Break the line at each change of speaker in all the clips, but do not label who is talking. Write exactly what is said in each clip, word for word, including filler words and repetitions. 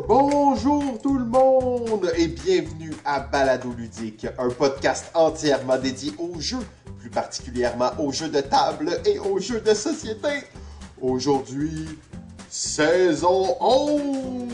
Bonjour tout le monde et bienvenue à Balado Ludique, un podcast entièrement dédié aux jeux, plus particulièrement aux jeux de table et aux jeux de société. Aujourd'hui, saison onze,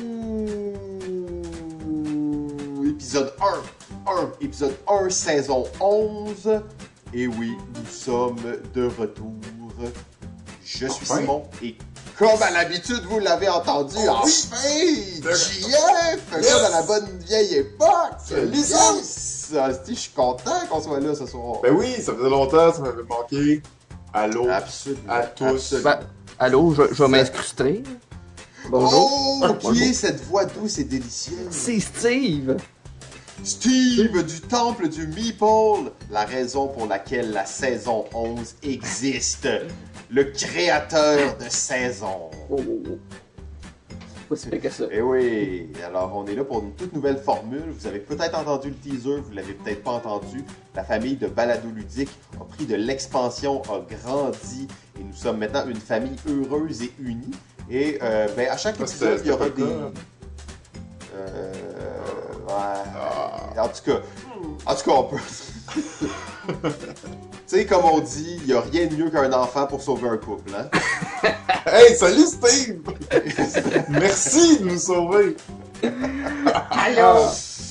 épisode un, un, épisode un, saison onze. Et oui, nous sommes de retour. Je suis enfin. Simon et comme à l'habitude, vous l'avez entendu, oh, enfin, oui. J F, yes. Comme à la bonne vieille époque, licence. Je suis content qu'on soit là ce soir.
Ben oui, ça faisait longtemps, ça m'avait manqué. Allô,
absolument,
à tous.
Ben, allô, je, je vais m'incruster.
Bonjour. Oh, qui Bonjour. Est cette voix douce et délicieuse?
C'est Steve.
Steve du Temple du Meeple, la raison pour laquelle la saison onze existe. Le créateur de saison.
Oh, oh, oh. Pas si que ça.
Eh oui, alors on est là pour une toute nouvelle formule. Vous avez peut-être entendu le teaser, vous l'avez peut-être pas entendu. La famille de Balado Ludique a pris de l'expansion, a grandi et nous sommes maintenant une famille heureuse et unie. Et euh, ben, à chaque épisode, il y aura des... Euh... Ouais. Ah. En tout cas, en tout cas, on peut... Tu sais, comme on dit, il n'y a rien de mieux qu'un enfant pour sauver un couple, hein?
Hey, salut Steve! Merci de nous sauver!
Allô!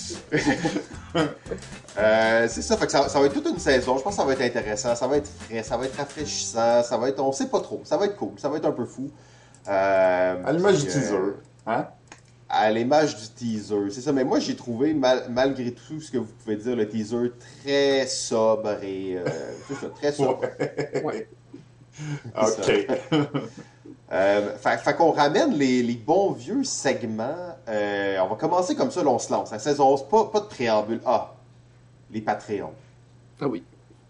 euh, c'est ça, fait que ça, ça va être toute une saison. Je pense que ça va être intéressant, ça va être frais, ça va être rafraîchissant, ça va être... On sait pas trop, ça va être cool, ça va être un peu fou. Euh,
à l'image du teaser, hein?
À l'image du teaser, c'est ça. Mais moi, j'ai trouvé, mal, malgré tout ce que vous pouvez dire, le teaser très sobre et... Euh, c'est ça, très sobre.
Ouais. Ouais. OK.
euh, fait, fait qu'on ramène les, les bons vieux segments. Euh, on va commencer comme ça, là, on se lance. La saison onze, pas, pas de préambule. Ah, les Patreons.
Ah oui.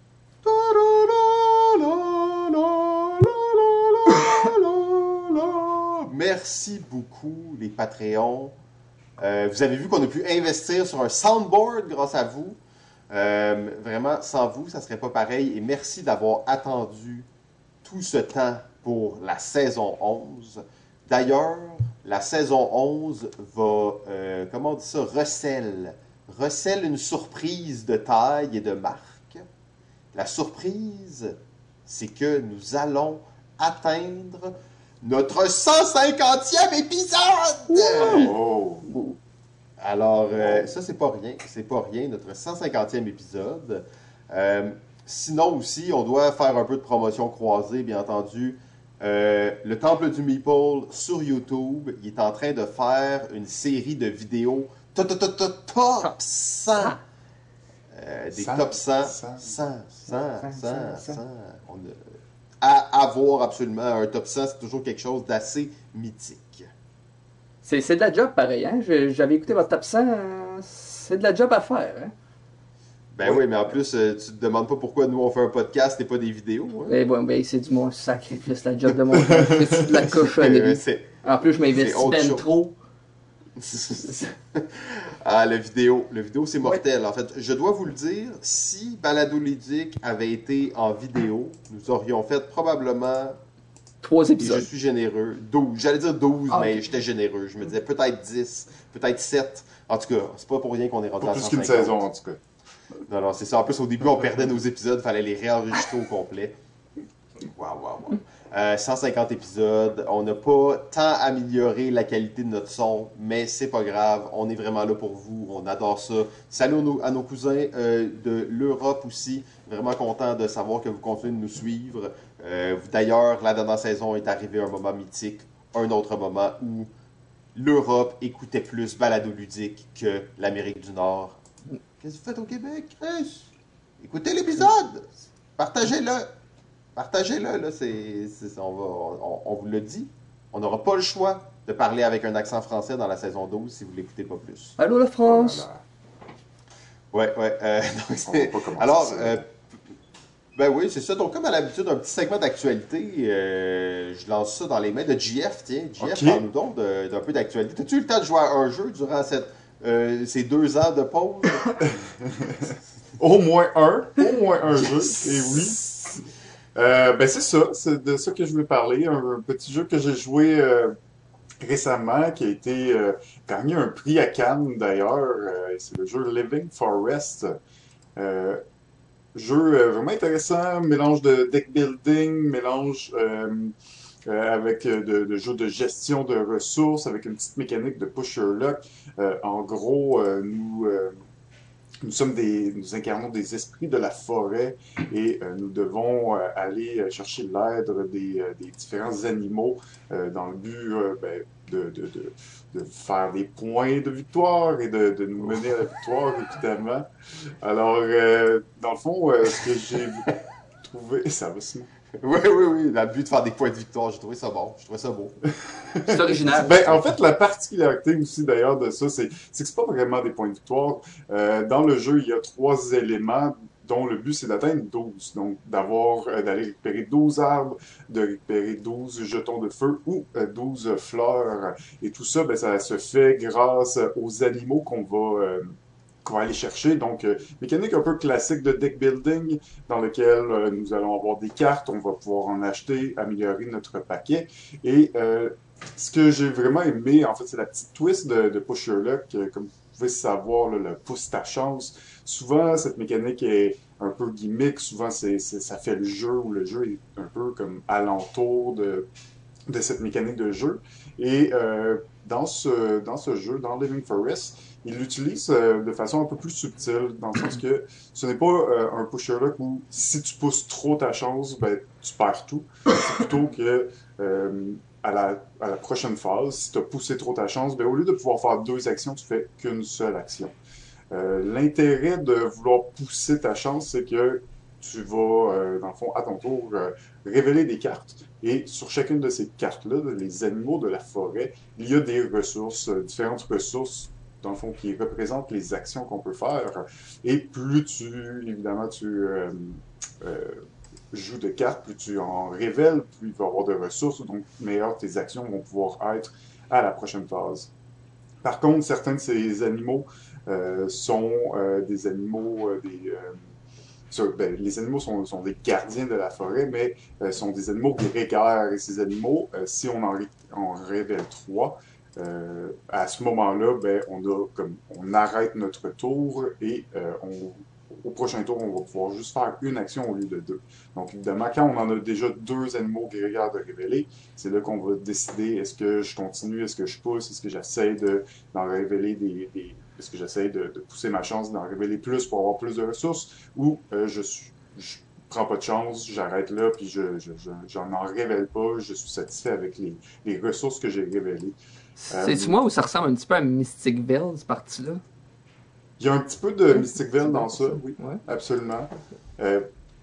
Merci beaucoup, les Patreons. Euh, vous avez vu qu'on a pu investir sur un soundboard grâce à vous. Euh, vraiment, sans vous, ça ne serait pas pareil. Et merci d'avoir attendu tout ce temps pour la saison onze. D'ailleurs, la saison onze va, euh, comment on dit ça, recèle. Recèle une surprise de taille et de marque. La surprise, c'est que nous allons atteindre notre cent cinquantième épisode!
Oh.
Alors, euh, ça, c'est pas rien. C'est pas rien, notre cent cinquantième épisode. Euh, sinon aussi, on doit faire un peu de promotion croisée, bien entendu. Euh, le Temple du Meeple sur YouTube, il est en train de faire une série de vidéos top cent. Euh, des top cent. cent, cent, cent, cent. On a... À avoir absolument un top cent, c'est toujours quelque chose d'assez mythique.
C'est, c'est de la job pareil, hein? Je, j'avais écouté votre top cent, euh, c'est de la job à faire, hein?
Ben oui, oui mais en plus, euh, tu te demandes pas pourquoi nous on fait un podcast et pas des vidéos. Hein?
Ben, bon, ben c'est du mon sacrifice, la job de mon temps. C'est de la cochonnerie.
c'est,
en plus, je m'investis ben trop.
Ah, le vidéo. Le vidéo, c'est mortel. Ouais. En fait, je dois vous le dire, si Balado Ludique avait été en vidéo, nous aurions fait probablement...
Trois épisodes.
Je suis généreux. douze. J'allais dire douze, ah, mais okay. J'étais généreux. Je me disais peut-être dix, peut-être sept. En tout cas, c'est pas pour rien qu'on est rendu à cent cinquante.
Plus qu'une saison, en tout cas.
Non, non, c'est ça. En plus, au début, on perdait nos épisodes. Il fallait les réenregistrer au complet. Waouh, waouh, waouh. Euh, cent cinquante épisodes. On n'a pas tant amélioré la qualité de notre son, mais c'est pas grave. On est vraiment là pour vous. On adore ça. Salut à nos, à nos cousins euh, de l'Europe aussi. Vraiment content de savoir que vous continuez de nous suivre. Euh, d'ailleurs, la dernière saison est arrivé un moment mythique. Un autre moment où l'Europe écoutait plus Balado Ludique que l'Amérique du Nord. Qu'est-ce que vous faites au Québec, Chris? Écoutez l'épisode! Partagez-le! Partagez-le, là, c'est, c'est, on, va, on, on vous le dit. On n'aura pas le choix de parler avec un accent français dans la saison douze si vous ne l'écoutez pas plus.
Allô, la France!
Ouais, ouais. Euh, donc c'est... Alors, euh, ben oui, c'est ça. Donc, comme à l'habitude, un petit segment d'actualité, euh, je lance ça dans les mains de J F. Tiens, J F, okay. Parle-nous donc de, d'un peu d'actualité. As-tu eu le temps de jouer à un jeu durant cette, euh, ces deux ans de pause?
Au moins un. Au moins un jeu, et oui. Euh, ben c'est ça, c'est de ça que je voulais parler. Un, un petit jeu que j'ai joué euh, récemment, qui a été euh, gagné un prix à Cannes d'ailleurs. Euh, c'est le jeu Living Forest. Euh, Jeu euh, vraiment intéressant, mélange de deck building, mélange euh, euh, avec euh, de, de jeux de gestion de ressources, avec une petite mécanique de pusher luck. Euh, en gros, euh, nous, euh, nous sommes des, nous incarnons des esprits de la forêt et euh, nous devons euh, aller euh, chercher l'aide des, euh, des différents animaux euh, dans le but euh, ben, de, de, de, de faire des points de victoire et de, de nous mener à la victoire, évidemment. Alors, euh, dans le fond, euh, ce que j'ai trouvé, ça va se
Oui, oui, oui, dans le but de faire des points de victoire, j'ai trouvé ça bon, j'ai trouvé ça beau.
C'est original.
Ben, en fait, la particularité aussi d'ailleurs de ça, c'est c'est que c'est pas vraiment des points de victoire. Euh, dans le jeu, il y a trois éléments dont le but c'est d'atteindre douze. Donc, d'avoir, euh, d'aller récupérer douze arbres, de récupérer douze jetons de feu ou euh, douze fleurs. Et tout ça, ben, ça se fait grâce aux animaux qu'on va, euh, qu'on va aller chercher. Donc, euh, mécanique un peu classique de deck building dans lequel euh, nous allons avoir des cartes, on va pouvoir en acheter, améliorer notre paquet. Et euh, ce que j'ai vraiment aimé, en fait, c'est la petite twist de, de Push Your Luck. Euh, comme vous pouvez savoir, là, le pouce ta chance. Souvent, cette mécanique est un peu gimmick. Souvent, c'est, c'est- ça fait le jeu ou le jeu est un peu comme alentour de, de cette mécanique de jeu. Et euh, dans ce, dans ce jeu, dans Living Forest, il l'utilise euh, de façon un peu plus subtile, dans le sens que ce n'est pas euh, un pusher lock où si tu pousses trop ta chance, ben, tu perds tout. C'est plutôt que euh, à la, à la prochaine phase, si tu as poussé trop ta chance, ben, au lieu de pouvoir faire deux actions, tu fais qu'une seule action. Euh, L'intérêt de vouloir pousser ta chance, c'est que tu vas, euh, dans le fond, à ton tour, euh, révéler des cartes. Et sur chacune de ces cartes-là, les animaux de la forêt, il y a des ressources, euh, différentes ressources, dans le fond, qui représentent les actions qu'on peut faire. Et plus tu, évidemment, tu euh, euh, joues de cartes, plus tu en révèles, plus il va y avoir de ressources, donc meilleures tes actions vont pouvoir être à la prochaine phase. Par contre, certains de ces animaux euh, sont euh, des animaux, euh, des, euh, sur- ben, les animaux sont, sont des gardiens de la forêt, mais euh, sont des animaux grégaires. Et ces animaux, euh, si on en, ré- en révèle trois, euh, à ce moment-là, ben, on a comme on arrête notre tour et euh, on, au prochain tour, on va pouvoir juste faire une action au lieu de deux. Donc, évidemment, quand on en a déjà deux animaux grégaires de révéler, c'est là qu'on va décider est-ce que je continue, est-ce que je pousse, est-ce que j'essaie de, d'en révéler des, des- est-ce que j'essaie de, de pousser ma chance d'en révéler plus pour avoir plus de ressources, ou euh, je, suis- je prends pas de chance, j'arrête là, puis je, je, je- j'en en révèle pas, je suis satisfait avec les, les ressources que j'ai révélées.
C'est-tu
Euh,
moi où ça ressemble un petit peu à Mysticville, cette partie-là?
il y a un petit peu de
Oui,
Mysticville
Mysticville,
dans
c'est
ça,
ça.
oui,
Ouais.
absolument. Euh,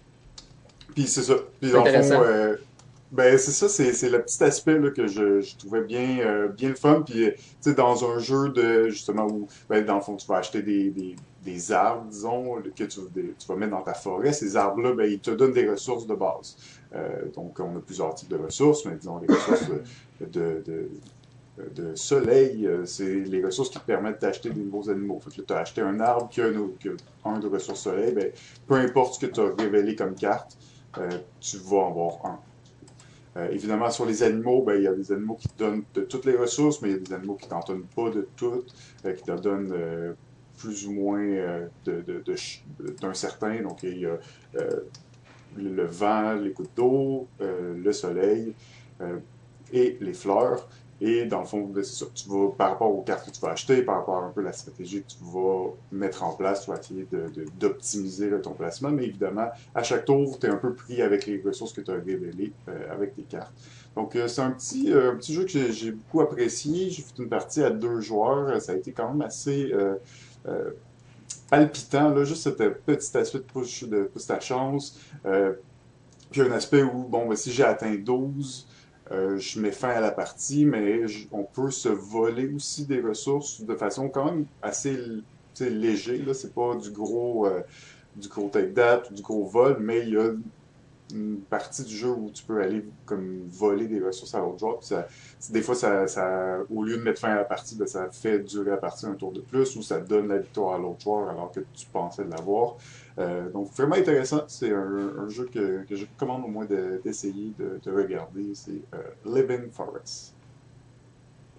Puis c'est ça. Puis
C'est
dans le fond,
intéressant.
euh, ben c'est ça, c'est c'est le petit aspect là, que je, je trouvais bien euh, bien le fun. Puis euh, tu sais, dans un jeu de justement où ben, dans le fond tu vas acheter des, des, des arbres, disons, que tu, des- tu vas mettre dans ta forêt. Ces arbres-là, ben, ils te donnent des ressources de base. Euh, donc on a plusieurs types de ressources, mais disons les ressources de, de, de, de soleil, euh, c'est les ressources qui te permettent d'acheter des nouveaux animaux. Fait que là, tu as acheté un arbre qui a, un, qui a un de ressources soleil, ben, peu importe ce que tu as révélé comme carte, euh, tu vas en avoir un. Euh, évidemment, sur les animaux, ben, il y a des animaux qui te donnent de toutes les ressources, mais il y a des animaux qui t'en donnent pas de toutes, euh, qui te donnent euh, plus ou moins euh, de, de, de ch- d'un certain. Donc, il y a euh, le vent, les gouttes d'eau, euh, le soleil euh, et les fleurs. Et dans le fond, ben, c'est ça. Tu vas, par rapport aux cartes que tu vas acheter, par rapport à un peu la stratégie que tu vas mettre en place, tu vas essayer de, de- d'optimiser là, ton placement. Mais évidemment, à chaque tour, tu es un peu pris avec les ressources que tu as révélées euh, avec tes cartes. Donc, euh, c'est un petit, euh, un petit jeu que j'ai, j'ai beaucoup apprécié. J'ai fait une partie à deux joueurs. Ça a été quand même assez euh, euh, palpitant, là, juste cet euh, petit aspect de push, de pousse ta chance. Euh, puis un aspect où, bon, ben, si j'ai atteint douze, euh, je mets fin à la partie, mais je- on peut se voler aussi des ressources de façon quand même assez tu sais, léger, là. C'est pas du gros, euh, du gros take that ou du gros vol, mais il y a une partie du jeu où tu peux aller comme voler des ressources à l'autre joueur. Puis ça, des fois, ça, ça, au lieu de mettre fin à la partie, ben, ça fait durer la partie un tour de plus ou ça donne la victoire à l'autre joueur alors que tu pensais de l'avoir. Euh, donc, vraiment intéressant. C'est un, un jeu que, que je recommande au moins de- d'essayer de, de regarder. C'est euh, Living Forest.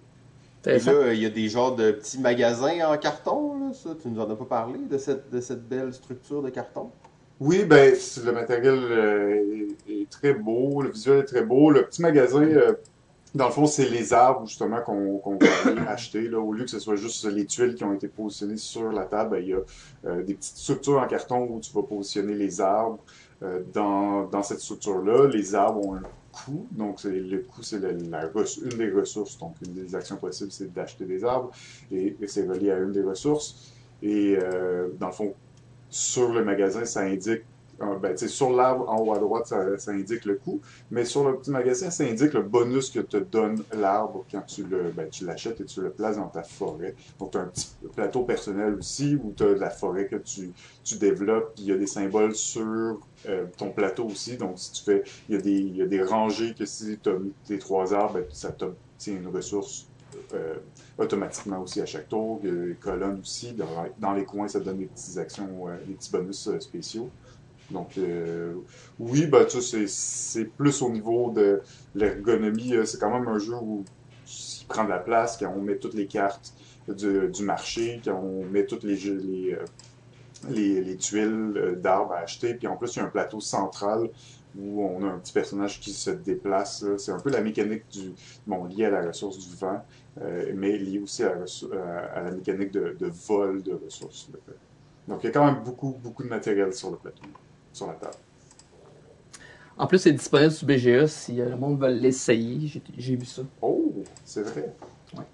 Et là, il y a des genres de petits magasins en carton, là, ça. Tu nous en as pas parlé de cette, de cette belle structure de carton?
Oui, ben, le matériel euh, est, est très beau, le visuel est très beau. Le petit magasin, euh, dans le fond, c'est les arbres, justement, qu'on qu'on va aller acheter, là. Au lieu que ce soit juste les tuiles qui ont été positionnées sur la table, ben, il y a euh, des petites structures en carton où tu vas positionner les arbres. Euh, dans, dans cette structure-là, les arbres ont un coût. Donc, c'est, le coût, c'est la, la une des ressources. Donc, une des actions possibles, c'est d'acheter des arbres. Et, et c'est relié à une des ressources. Et, euh, dans le fond, sur le magasin, ça indique, euh, ben, tu sais, sur l'arbre, en haut à droite, ça, ça indique le coût, mais sur le petit magasin, ça indique le bonus que te donne l'arbre quand tu le, ben, tu l'achètes et tu le places dans ta forêt. Donc, tu as un petit plateau personnel aussi où tu as de la forêt que tu, tu développes, puis il y a des symboles sur euh, ton plateau aussi. Donc, si tu fais, il y a des, il y a des rangées que si tu as mis tes trois arbres, ben, ça t'obtient une ressource Euh, automatiquement aussi à chaque tour. Il y a des colonnes aussi. Dans, dans les coins, ça donne des petites actions, euh, des petits bonus euh, spéciaux. Donc, euh, oui, ben, tu sais, c'est, c'est plus au niveau de l'ergonomie. C'est quand même un jeu où il prend de la place, quand on met toutes les cartes du, du marché, quand on met toutes les, les, les, les tuiles d'arbres à acheter. Puis en plus, il y a un plateau central où on a un petit personnage qui se déplace. Là. C'est un peu la mécanique du bon, liée à la ressource du vent, euh, mais liée aussi à la, à la mécanique de, de vol de ressources. Là. Donc il y a quand même beaucoup, beaucoup de matériel sur le plateau, sur la table.
En plus, c'est disponible sur B G A si euh, le monde veut l'essayer. J'ai, j'ai vu ça.
Oh, c'est vrai.
Ouais.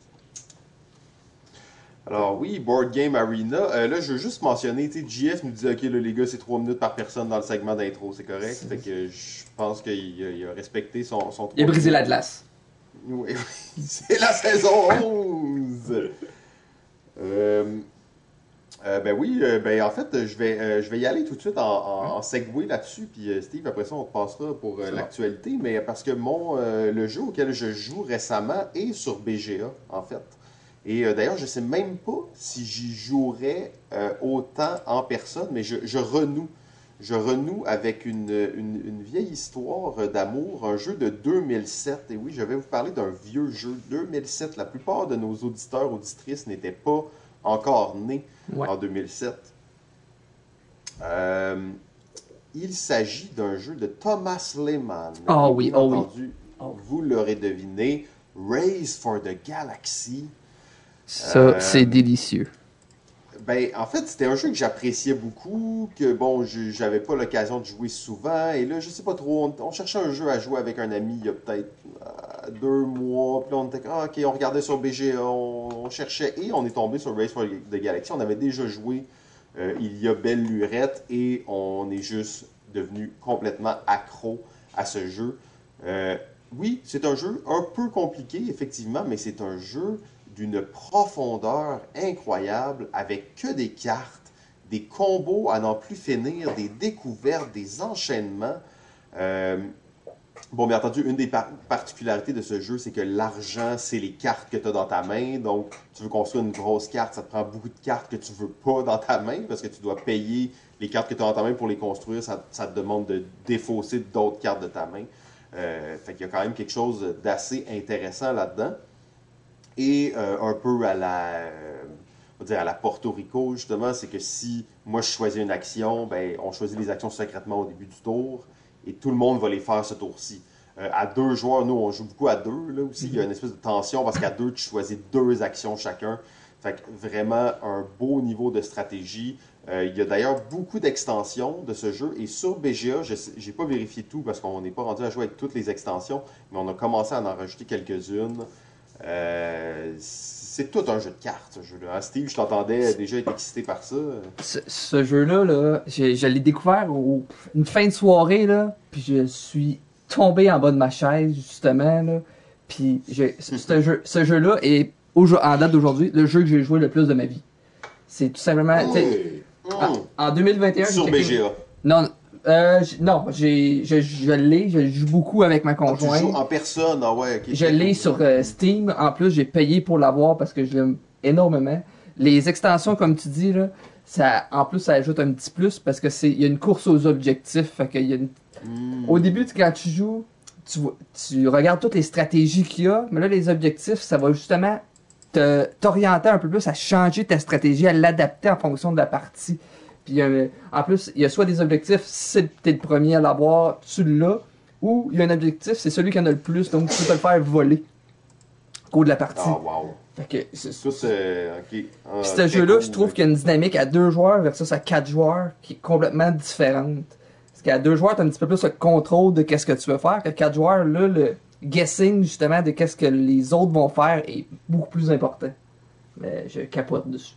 Alors oui, Board Game Arena. Euh, là, je veux juste mentionner, tu sais, J F nous dit, ok, là, les gars, c'est trois minutes par personne dans le segment d'intro, c'est correct. C'est... Fait que je pense qu'il a, il a respecté son, son
Il a brisé la glace.
Oui, oui, c'est la saison onze. euh, euh, ben oui, euh, ben en fait, je vais, euh, je vais y aller tout de suite en, en, en segue là-dessus, puis euh, Steve, après ça, on te passera pour euh, l'actualité, mais parce que mon euh, le jeu auquel je joue récemment est sur B G A, en fait. Et euh, d'ailleurs, je sais même pas si j'y jouerais euh, autant en personne, mais je, je renoue. Je renoue avec une, une, une vieille histoire d'amour, un jeu de deux mille sept. Et oui, je vais vous parler d'un vieux jeu deux mille sept. La plupart de nos auditeurs, auditrices n'étaient pas encore nés ouais. en deux mille sept. Euh, il s'agit d'un jeu de Thomas Lehmann.
Oh oui, oh
entendu,
oui.
Vous l'aurez deviné, Race for the Galaxy.
Ça, euh, c'est délicieux.
Ben, en fait, c'était un jeu que j'appréciais beaucoup, que bon, je, j'avais pas l'occasion de jouer souvent, et là, je sais pas trop, on, on cherchait un jeu à jouer avec un ami il y a peut-être euh, deux mois, puis là, on était ah, ok, on regardait sur B G A, on, on cherchait, et on est tombé sur Race for the Galaxy. On avait déjà joué euh, il y a belle lurette, et on est juste devenu complètement accro à ce jeu. Euh, oui, c'est un jeu un peu compliqué, effectivement, mais c'est un jeu d'une profondeur incroyable, avec que des cartes, des combos à n'en plus finir, des découvertes, des enchaînements. Euh, bon, bien entendu, une des par- particularités de ce jeu, c'est que l'argent, c'est les cartes que tu as dans ta main. Donc, tu veux construire une grosse carte, ça te prend beaucoup de cartes que tu veux pas dans ta main, parce que tu dois payer les cartes que tu as dans ta main pour les construire. Ça, ça te demande de défausser d'autres cartes de ta main. Euh, fait qu'il y a quand même quelque chose d'assez intéressant là-dedans. Et euh, un peu à la, euh, on va dire à la Porto Rico, justement, c'est que si moi je choisis une action, ben, on choisit les actions secrètement au début du tour et tout le monde va les faire ce tour-ci. Euh, à deux joueurs, nous on joue beaucoup à deux, là aussi, mm-hmm. Il y a une espèce de tension parce qu'à deux, tu choisis deux actions chacun. Fait que vraiment un beau niveau de stratégie. Euh, il y a d'ailleurs beaucoup d'extensions de ce jeu et sur B G A, je n'ai pas vérifié tout parce qu'on n'est pas rendu à jouer avec toutes les extensions, mais on a commencé à en rajouter quelques-unes. Euh, c'est tout un jeu de cartes, ce jeu-là. Steve, je t'entendais déjà être excité par ça.
Ce, ce jeu-là, là, je, je l'ai découvert au, une fin de soirée, là, puis je suis tombé en bas de ma chaise, justement. Là, puis je, ce, jeu, ce jeu-là est, en date d'aujourd'hui, le jeu que j'ai joué le plus de ma vie. C'est tout simplement... Mmh. En, en deux mille vingt et un...
Sur B G A.
Non, Euh, non, j'ai, je, je l'ai, je joue beaucoup avec ma conjointe.
Tu joues en personne, ah ouais, ok.
Je l'ai sur euh, Steam, en plus j'ai payé pour l'avoir parce que je l'aime énormément. Les extensions, comme tu dis, là, ça, en plus ça ajoute un petit plus parce que c'est, il y a une course aux objectifs. Fait qu'il y a une... mm. Au début, quand tu joues, tu, tu regardes toutes les stratégies qu'il y a, mais là les objectifs, ça va justement te- t'orienter un peu plus à changer ta stratégie, à l'adapter en fonction de la partie. Puis euh, en plus, il y a soit des objectifs, si t'es le premier à l'avoir, tu l'as, ou il y a un objectif, c'est celui qui en a le plus, donc tu peux te le faire voler au cours de la partie.
Ah, wow.
Fait que c'est
Ça, c'est. Ok. Ah,
Puis ce
très
jeu-là,
cool,
je trouve
là.
qu'il y a une dynamique à deux joueurs versus à quatre joueurs qui est complètement différente. Parce qu'à deux joueurs, t'as un petit peu plus le contrôle de qu'est-ce que tu veux faire. Qu'à quatre joueurs, là, le guessing, justement, de qu'est-ce que les autres vont faire est beaucoup plus important. Mais je capote dessus.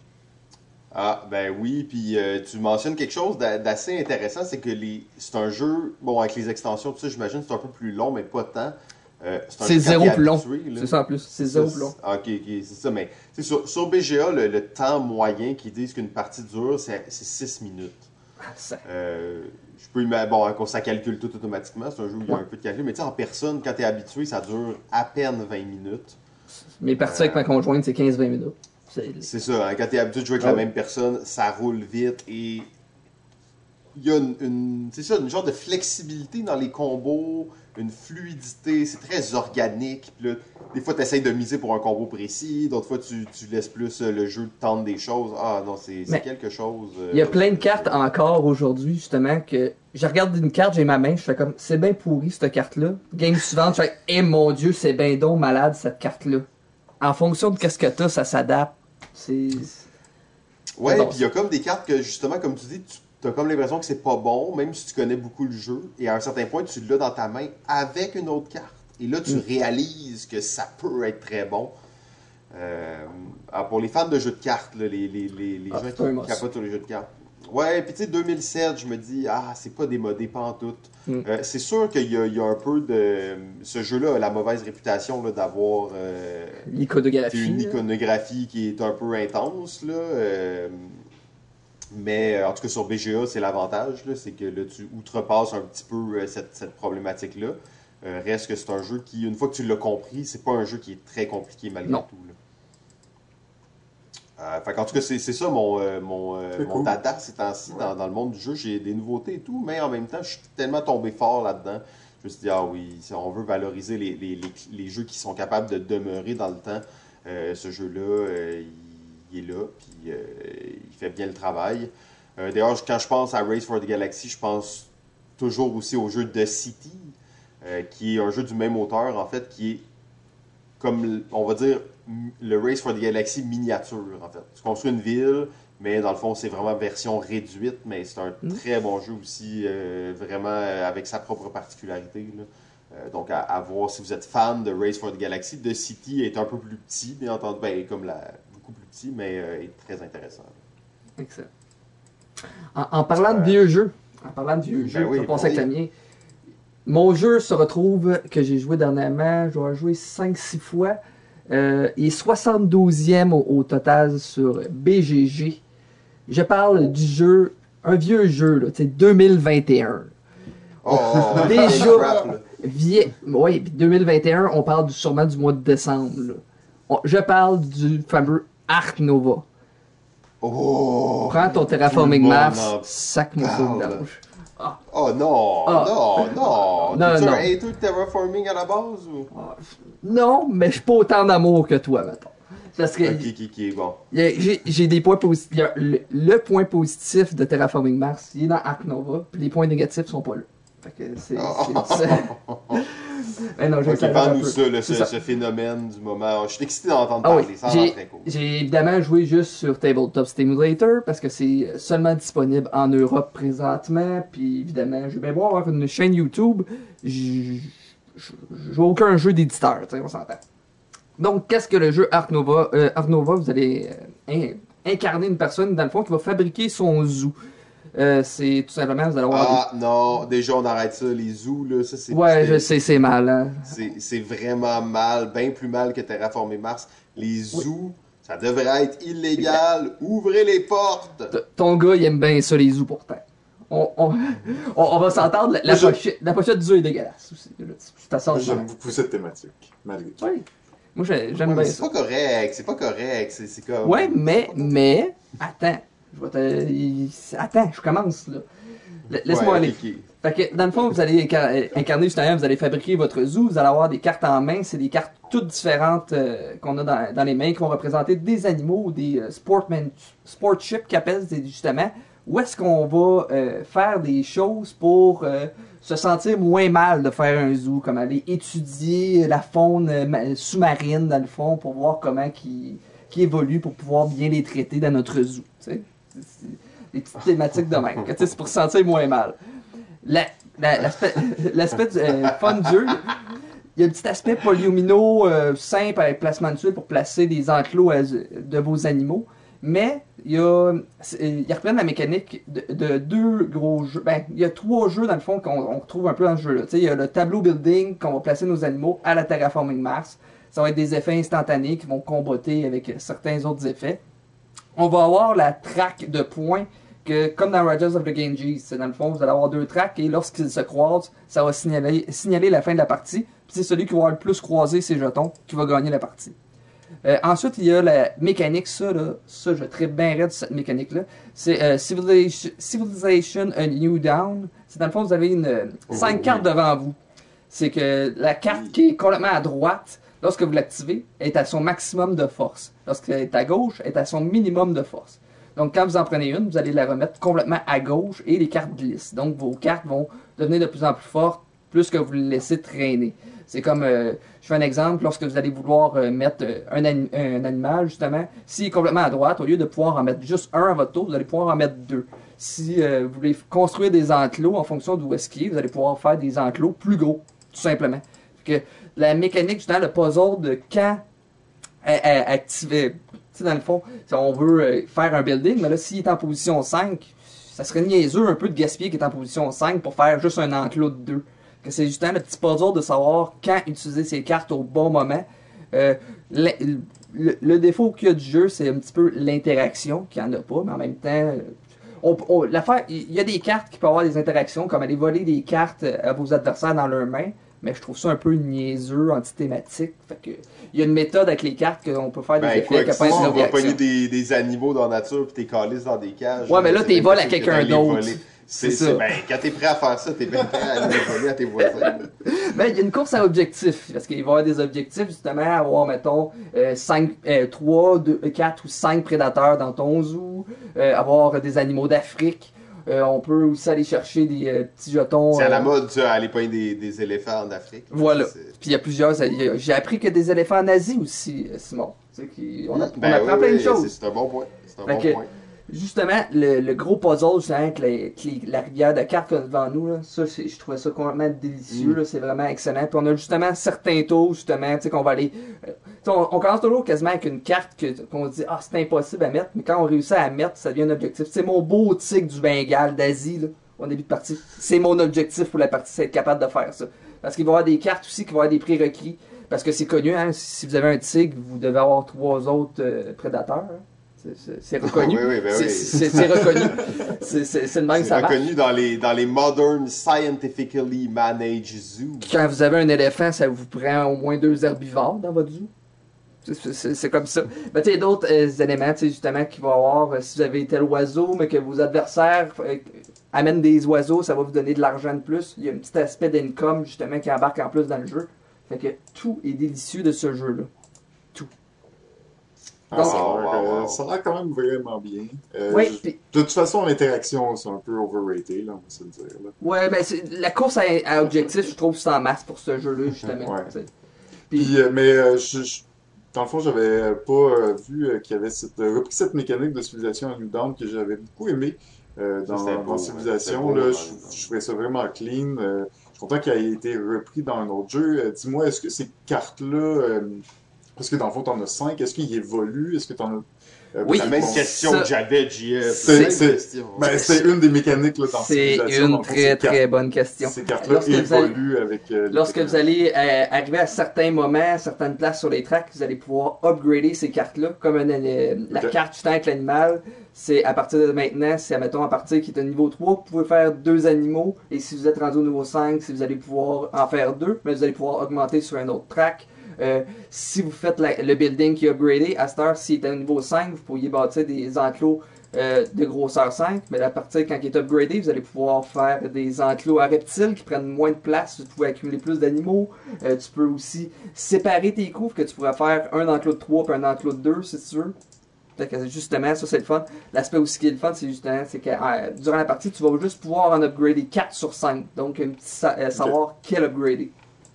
Ah, ben oui, puis euh, tu mentionnes quelque chose d'a- d'assez intéressant, c'est que les c'est un jeu, bon, avec les extensions, tout ça, j'imagine c'est un peu plus long, mais pas tant. Euh, un
C'est
jeu
zéro
quand t'es
plus long.
habitué, là.
C'est ça en plus. C'est zéro plus long.
Ah, ok, ok, c'est ça, mais tu sais, sur, sur B G A, le, le temps moyen qu'ils disent qu'une partie dure, c'est c'est six minutes.
Ça-
Euh, je peux imaginer, bon, qu'on- ça calcule tout automatiquement, c'est un jeu où il y a
Ouais.
un peu de calcul, mais tu sais, en personne, quand t'es habitué, ça dure à peine vingt minutes.
Mes parties avec ma conjointe, c'est quinze vingt minutes. C'est-
C'est ça, hein, quand t'es habitué de jouer avec
Ah
la
ouais.
même personne, ça roule vite et il y a une, une- c'est ça, une genre de flexibilité dans les combos, une fluidité, c'est très organique. Puis là, des fois, tu essaies de miser pour un combo précis, d'autres fois, tu, tu laisses plus euh, le jeu tendre des choses. Ah non, c'est c'est
Mais
quelque chose. euh,
Il y a plein de cartes encore aujourd'hui, justement, que je regarde une carte, j'ai ma main, je fais comme, c'est bien pourri cette carte-là. Game suivante, je fais, eh mon dieu, c'est bien donc malade cette carte-là. En fonction de qu'est-ce que t'as, ça s'adapte. C'est.
Ouais,
Bon.
puis il y a comme des cartes que, justement, comme tu dis, tu as comme l'impression que c'est pas bon, même si tu connais beaucoup le jeu, et à un certain point, tu l'as dans ta main avec une autre carte. Et là, tu
Mm.
réalises que ça peut être très bon. Euh, alors pour les fans de jeux de cartes, là, les, les, les, les
Ah,
gens
c'est un
qui
must.
capotent sur les jeux de cartes. Ouais, puis tu sais, deux mille sept, je me dis, ah, c'est pas démodé pantoute.
Mm.
Euh, c'est sûr qu'il y a, il y a un peu de. Ce jeu-là a la mauvaise réputation là, d'avoir. euh, c'est
L'iconographie.
une
là.
iconographie qui est un peu intense, là. euh, mais euh, en tout cas, sur B G A, c'est l'avantage, là, c'est que là, tu outrepasses un petit peu euh, cette, cette problématique-là. Euh, reste que c'est un jeu qui, une fois que tu l'as compris, c'est pas un jeu qui est très compliqué malgré
Non.
tout. Là. Euh, fait qu'en tout cas, c'est c'est ça mon, euh, mon, euh,
C'est
mon
cool.
dada ces temps-ci dans, dans le monde du jeu. J'ai des nouveautés et tout, mais en même temps, je suis tellement tombé fort là-dedans. Je me suis dit, ah oui, si on veut valoriser les, les, les, les jeux qui sont capables de demeurer dans le temps, euh, ce jeu-là, euh, il, il est là, puis euh, il fait bien le travail. Euh, D'ailleurs, quand je pense à Race for the Galaxy, je pense toujours aussi au jeu The City, euh, qui est un jeu du même auteur, en fait, qui est comme, on va dire, le Race for the Galaxy miniature, en fait. Tu construis une ville, mais dans le fond, c'est vraiment version réduite, mais c'est un
Mm.
très bon jeu aussi, euh, vraiment euh, avec sa propre particularité, là. Euh, donc, à, à voir si vous êtes fan de Race for the Galaxy. The City est un peu plus petit, bien entendu, ben, comme la, beaucoup plus petit, mais euh, est très intéressant.
Excellent. En, en parlant de
Euh,
vieux jeux, en parlant de vieux
ben
jeux,
oui,
je vais
ben
passer avec
oui.
le mien. Mon jeu se retrouve, que j'ai joué dernièrement, je dois avoir joué cinq six fois. Euh, il est soixante-douzième au, au total sur B G G. Je parle du jeu, un vieux jeu, là, tu sais, deux mille vingt et un.
Oh,
Déjà.
crap, là.
Vie... Oui, puis deux mille vingt et un, on parle du, sûrement du mois de décembre. là. On- je parle du fameux Ark Nova.
Oh,
Prends ton Terraforming
tout le monde
Mars,
en
sac-moi ça
parle.
dedans.
oh non,
Ah.
non, non.
Non,
T'es-tu
non.
un hater de terraforming à la base ou?
Ah, Non, mais je suis pas autant d'amour que toi, mettons. Parce que
Ok, ok, ok, bon.
il y a- j'ai j'ai des points positifs. Il y a Le, le point positif de Terraforming Mars, il est dans Ark Nova, puis les points négatifs sont pas là. Fait que c'est. c'est- c'est- Mais non,
Ok,
j'exagère un
parle-nous
peu.
ça, là,
C'est
ce,
ça.
ce phénomène du moment. Je suis excité d'entendre
Ah oui,
parler, ça a l'air
j'ai
très cool.
j'ai évidemment joué juste sur Tabletop Simulator parce que c'est seulement disponible en Europe présentement. Puis évidemment, je vais bien voir avoir une chaîne YouTube. J- j- J'ai aucun jeu d'éditeur, tu sais, on s'entend. Donc, qu'est-ce que le jeu Ark Nova? Euh, Ark Nova, vous allez euh, in- incarner une personne, dans le fond, qui va fabriquer son zoo. Euh, c'est tout simplement, vous allez avoir
Ah non, déjà on arrête ça, les zoos, là, ça c'est
des... Ouais,
c'est-
je sais, c'est mal. Hein?
c'est c'est vraiment mal, bien plus mal que terraformer Mars. Les zoos, ça devrait être illégal. Ouvrez les portes.
T- Ton gars, il aime bien ça, les zoos, pourtant. On, on, on, on va s'entendre, la, la,
Moi, je-
pochette, la pochette du zoo est dégueulasse aussi. là. C'est assez
Moi, J'aime
ordinaire.
beaucoup cette thématique, malgré tout.
Oui. Moi, j'ai- j'aime
Ouais, mais
bien
c'est
ça.
pas correct, c'est pas correct, c'est c'est comme...
Ouais, mais, mais, attends. Je vais te. il- Attends, je commence, là. Laisse-moi
Ouais,
aller.
ok, ok.
Fait que, dans le fond, vous allez incar- incarner justement, vous allez fabriquer votre zoo, vous allez avoir des cartes en main, c'est des cartes toutes différentes euh, qu'on a dans, dans les mains qui vont représenter des animaux ou des euh, sportmen, sportships qu'appellent justement, où est-ce qu'on va euh, faire des choses pour euh, se sentir moins mal de faire un zoo, comme aller étudier la faune euh, ma- sous-marine dans le fond pour voir comment qui, qui évolue pour pouvoir bien les traiter dans notre zoo. Tu sais? C'est- c'est des petites thématiques de même. que, tu sais, C'est pour se sentir moins mal. La- la- L'aspect l'aspect du, euh, fun du jeu, il y a un petit aspect polyomino euh, simple avec placement de tuiles pour placer des enclos à- de vos animaux. Mais il y a, c'est- ils reprennent la mécanique de, de deux gros jeux. Ben, il y a trois jeux dans le fond qu'on on retrouve un peu dans ce jeu-là. Tu sais, il y a le tableau building qu'on va placer nos animaux à la Terraforming Mars. Ça va être des effets instantanés qui vont comboter avec certains autres effets. On va avoir la traque de points que, comme dans Rajas of the Ganges, c'est dans le fond, vous allez avoir deux tracks et lorsqu'ils se croisent, ça va signaler, signaler la fin de la partie. Puis c'est celui qui va avoir le plus croisé ses jetons qui va gagner la partie. Euh, ensuite, il y a la mécanique, ça, là, ça, je tripe bien raide cette mécanique-là. C'est euh, Civilization, Civilization A New Dawn. C'est dans le fond, vous avez une, euh, cinq
oui.
cartes devant vous. C'est que la carte qui est complètement à droite, lorsque vous l'activez, est à son maximum de force. Lorsqu'elle est à gauche, elle est à son minimum de force. Donc, quand vous en prenez une, vous allez la remettre complètement à gauche et les cartes glissent. Donc, vos cartes vont devenir de plus en plus fortes plus que vous les laissez traîner. C'est comme, euh, je fais un exemple, lorsque vous allez vouloir euh, mettre euh, un, ani- un animal, justement, s'il est complètement à droite, au lieu de pouvoir en mettre juste un à votre tour, vous allez pouvoir en mettre deux. Si euh, vous voulez construire des enclos en fonction d'où est-ce qu'il est, vous allez pouvoir faire des enclos plus gros, tout simplement. Fait que la mécanique, justement, le puzzle de quand à- à- activer, tu sais, dans le fond, si on veut euh, faire un building, mais là, s'il est en position cinq, ça serait niaiseux un peu de gaspiller qu'il est en position cinq pour faire juste un enclos de deux. Que c'est justement le petit puzzle de savoir quand utiliser ses cartes au bon moment. Euh, le, le- le défaut qu'il y a du jeu, c'est un petit peu l'interaction, qu'il n'y en a pas, mais en même temps, euh, on, on- l'affaire, il y a des cartes qui peuvent avoir des interactions, comme aller voler des cartes à vos adversaires dans leurs mains, mais je trouve ça un peu niaiseux, antithématique. Fait que, il y a une méthode avec les cartes qu'on peut faire des
Ben,
effets
quoi,
qui
que
pas
sinon,
être
on
une
va
réaction.
pogner des, des animaux dans la nature pis t'es calisses dans des cages.
Ouais, mais là,
c'est
t'es
bien
voles à
possible que
quelqu'un
t'ailles les
d'autre.
voler. C'est
C'est
ça.
ça.
Ben, quand t'es prêt à faire ça, t'es bien prêt à aller voler à tes voisins.
Ben, il y a une course à objectifs, parce qu'il va y avoir des objectifs, justement, avoir, mettons, euh, cinq, euh, trois, deux, quatre ou cinq prédateurs dans ton zoo, euh, avoir des animaux d'Afrique. Euh, on peut aussi aller chercher des euh, petits jetons.
C'est à la
euh,
mode, tu sais, aller pogner des, des éléphants en Afrique.
Voilà.
C'est-
Puis il y a plusieurs. il y a- J'ai appris qu'il y a des éléphants en Asie aussi, euh, Simon. Tu sais, qui- on, a, on
Ben
apprend
oui,
plein de
oui,
choses.
c'est- C'est un bon point. C'est un
Fait
bon
que-
point.
Justement, le, le gros puzzle, justement, avec les- avec les- la rivière de cartes qu'on a devant nous, là, ça, c'est- je trouvais ça complètement délicieux,
Mm.
là, c'est vraiment excellent. Puis on a justement certains taux, justement, tu sais, qu'on va aller... euh, tu sais, on, on commence toujours quasiment avec une carte que- qu'on dit « Ah, c'est impossible à mettre », mais quand on réussit à mettre, ça devient un objectif. C'est mon beau tigre du Bengale d'Asie, là, au début de partie. C'est mon objectif pour la partie, c'est être capable de faire ça. Parce qu'il va y avoir des cartes aussi qui vont avoir des prérequis. Parce que c'est connu, hein, si vous avez un tigre, vous devez avoir trois autres euh, prédateurs. hein. C'est- C'est c'est reconnu.
Oui, oui, ben
C'est-
oui.
C'est c'est reconnu. C'est c'est- c'est de même que
C'est
ça marche.
reconnu dans les, dans les Modern Scientifically Managed Zoos.
Quand vous avez un éléphant, ça vous prend au moins deux herbivores dans votre zoo. C'est- c'est- C'est c'est comme ça. Ben, tu sais, d'autres euh, éléments, tu sais, justement, qu'il va y avoir, euh, si vous avez tel oiseau, mais que vos adversaires euh, amènent des oiseaux, ça va vous donner de l'argent de plus. Il y a un petit aspect d'income, justement, qui embarque en plus dans le jeu. Fait que tout est délicieux de ce jeu-là.
Ah,
Donc-
ça, a l'air,
Wow, wow,
euh,
wow.
ça a l'air quand même vraiment bien. Euh,
Oui,
je-
puis-
De toute façon, l'interaction, c'est un peu overrated, là, on va se le dire. Là.
Ouais, ben, c'est- la course à, à objectif, je trouve, c'est en masse pour ce jeu-là, justement.
Ouais.
tu sais.
Puis, euh, mais euh, je, je- dans le fond, j'avais euh, pas euh, vu euh, qu'il y avait cette, euh, repris cette mécanique de civilisation à New Dawn que j'avais beaucoup aimé euh,
Ça,
dans,
c'était
dans
beau,
Civilisation.
c'était beau,
Là,
dans
je,
New Dawn.
je trouvais ça vraiment clean. Euh, je suis content qu'il ait été repris dans un autre jeu. Euh, dis-moi, est-ce que ces cartes-là, euh, parce que dans le fond, t'en as cinq, est-ce qu'ils évoluent? Est-ce que t'en as... euh,
Oui,
La même
bon,
question
ça-
que j'avais, J F.
C'est-
Même
c'est-
question.
Ben, c'est une des mécaniques là, dans
C'est
Civilisation.
une
Dans le fond,
très
ces
très
cartes-
bonne question.
Ces cartes-là
Lorsque vous allez-
évoluent avec... euh, les
Lorsque vous
technologies.
allez euh, arriver à certains moments, à certaines places sur les tracks, vous allez pouvoir upgrader ces cartes-là. Comme un, euh, la
Ok.
carte justement avec l'animal, c'est à partir de maintenant, c'est admettons à partir qui est au niveau trois, vous pouvez faire deux animaux. Et si vous êtes rendu au niveau cinq, si vous allez pouvoir en faire deux, mais vous allez pouvoir augmenter sur un autre track. Euh, si vous faites la- le building qui est upgradé, à cette heure, s'il est au niveau cinq, vous pourriez bâtir des enclos euh, de grosseur cinq, mais à partir quand il est upgradé, vous allez pouvoir faire des enclos à reptiles qui prennent moins de place, vous pouvez accumuler plus d'animaux. Euh, tu peux aussi séparer tes couves, que tu pourrais faire un enclos de trois et un enclos de deux si tu veux. Fait que justement, ça c'est le fun. L'aspect aussi qui est le fun, c'est justement c'est que euh, durant la partie, tu vas juste pouvoir en upgrader quatre sur cinq. Donc, un petit sa euh, savoir okay. quel upgrader.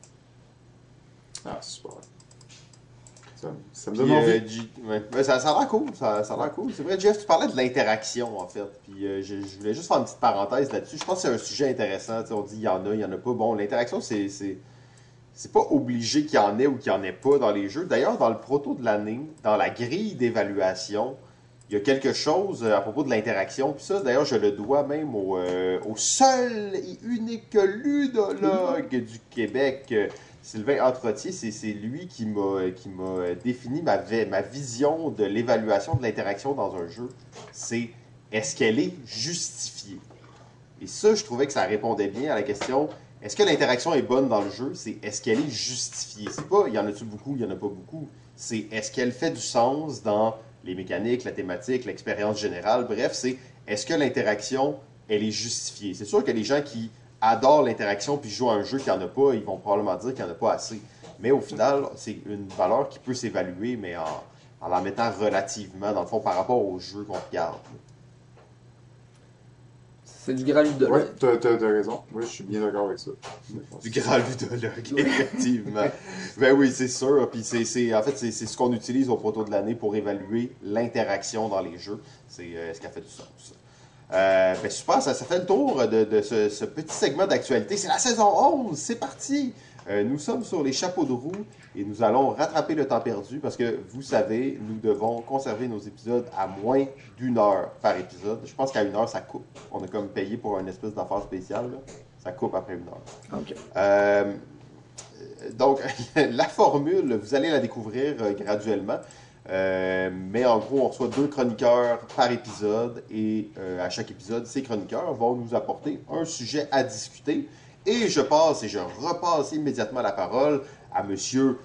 Ah, super. Ça, ça me
Puis,
donne envie.
euh, G... ouais. Ben, ça, ça a l'air cool. Ça, ça a l'air cool. C'est vrai, Jeff, tu parlais de l'interaction, en fait. Puis euh, je, je voulais juste faire une petite parenthèse là-dessus. Je pense que c'est un sujet intéressant. T'sais, on dit il y en a, il y en a pas. Bon, l'interaction, c'est. c'est... C'est pas obligé qu'il y en ait ou qu'il n'y en ait pas dans les jeux. D'ailleurs, dans le proto de l'année, dans la grille d'évaluation, il y a quelque chose à propos de l'interaction. Puis ça, d'ailleurs, je le dois même au, euh, au seul et unique ludologue du Québec, Sylvain Entretier. C'est, c'est lui qui m'a, qui m'a défini ma, ma vision de l'évaluation de l'interaction dans un jeu. C'est est-ce qu'elle est justifiée? Et ça, je trouvais que ça répondait bien à la question... Est-ce que l'interaction est bonne dans le jeu? C'est est-ce qu'elle est justifiée? C'est pas, il y en a-tu beaucoup, il y en a pas beaucoup. C'est est-ce qu'elle fait du sens dans les mécaniques, la thématique, l'expérience générale? Bref, c'est est-ce que l'interaction, elle est justifiée? C'est sûr que les gens qui adorent l'interaction puis jouent à un jeu qu'il n'y en a pas, ils vont probablement dire qu'il n'y en a pas assez. Mais au final, c'est une valeur qui peut s'évaluer, mais en, en la mettant relativement, dans le fond, par rapport au jeu qu'on regarde.
C'est du grand ludologue.
Oui, t'as, t'as, t'as raison. Oui, je suis bien d'accord avec ça.
Du grand ludologue, effectivement. Ben oui, c'est sûr. Puis c'est, c'est, en fait, c'est, c'est ce qu'on utilise au proto de l'année pour évaluer l'interaction dans les jeux. C'est euh, ce qui a fait du sens. Euh, ben super, ça, ça fait le tour de, de ce, ce petit segment d'actualité. C'est la saison onze, c'est parti! Euh, nous sommes sur les chapeaux de roue et nous allons rattraper le temps perdu parce que, vous savez, nous devons conserver nos épisodes à moins d'une heure par épisode. Je pense qu'à une heure, ça coupe. On a comme payé pour une espèce d'affaire spéciale. Là. Ça coupe après une heure.
Okay.
Euh, donc, la formule, vous allez la découvrir euh, graduellement. Euh, mais en gros, on reçoit deux chroniqueurs par épisode et euh, à chaque épisode, ces chroniqueurs vont nous apporter un sujet à discuter. Et je passe et je repasse immédiatement la parole à Monsieur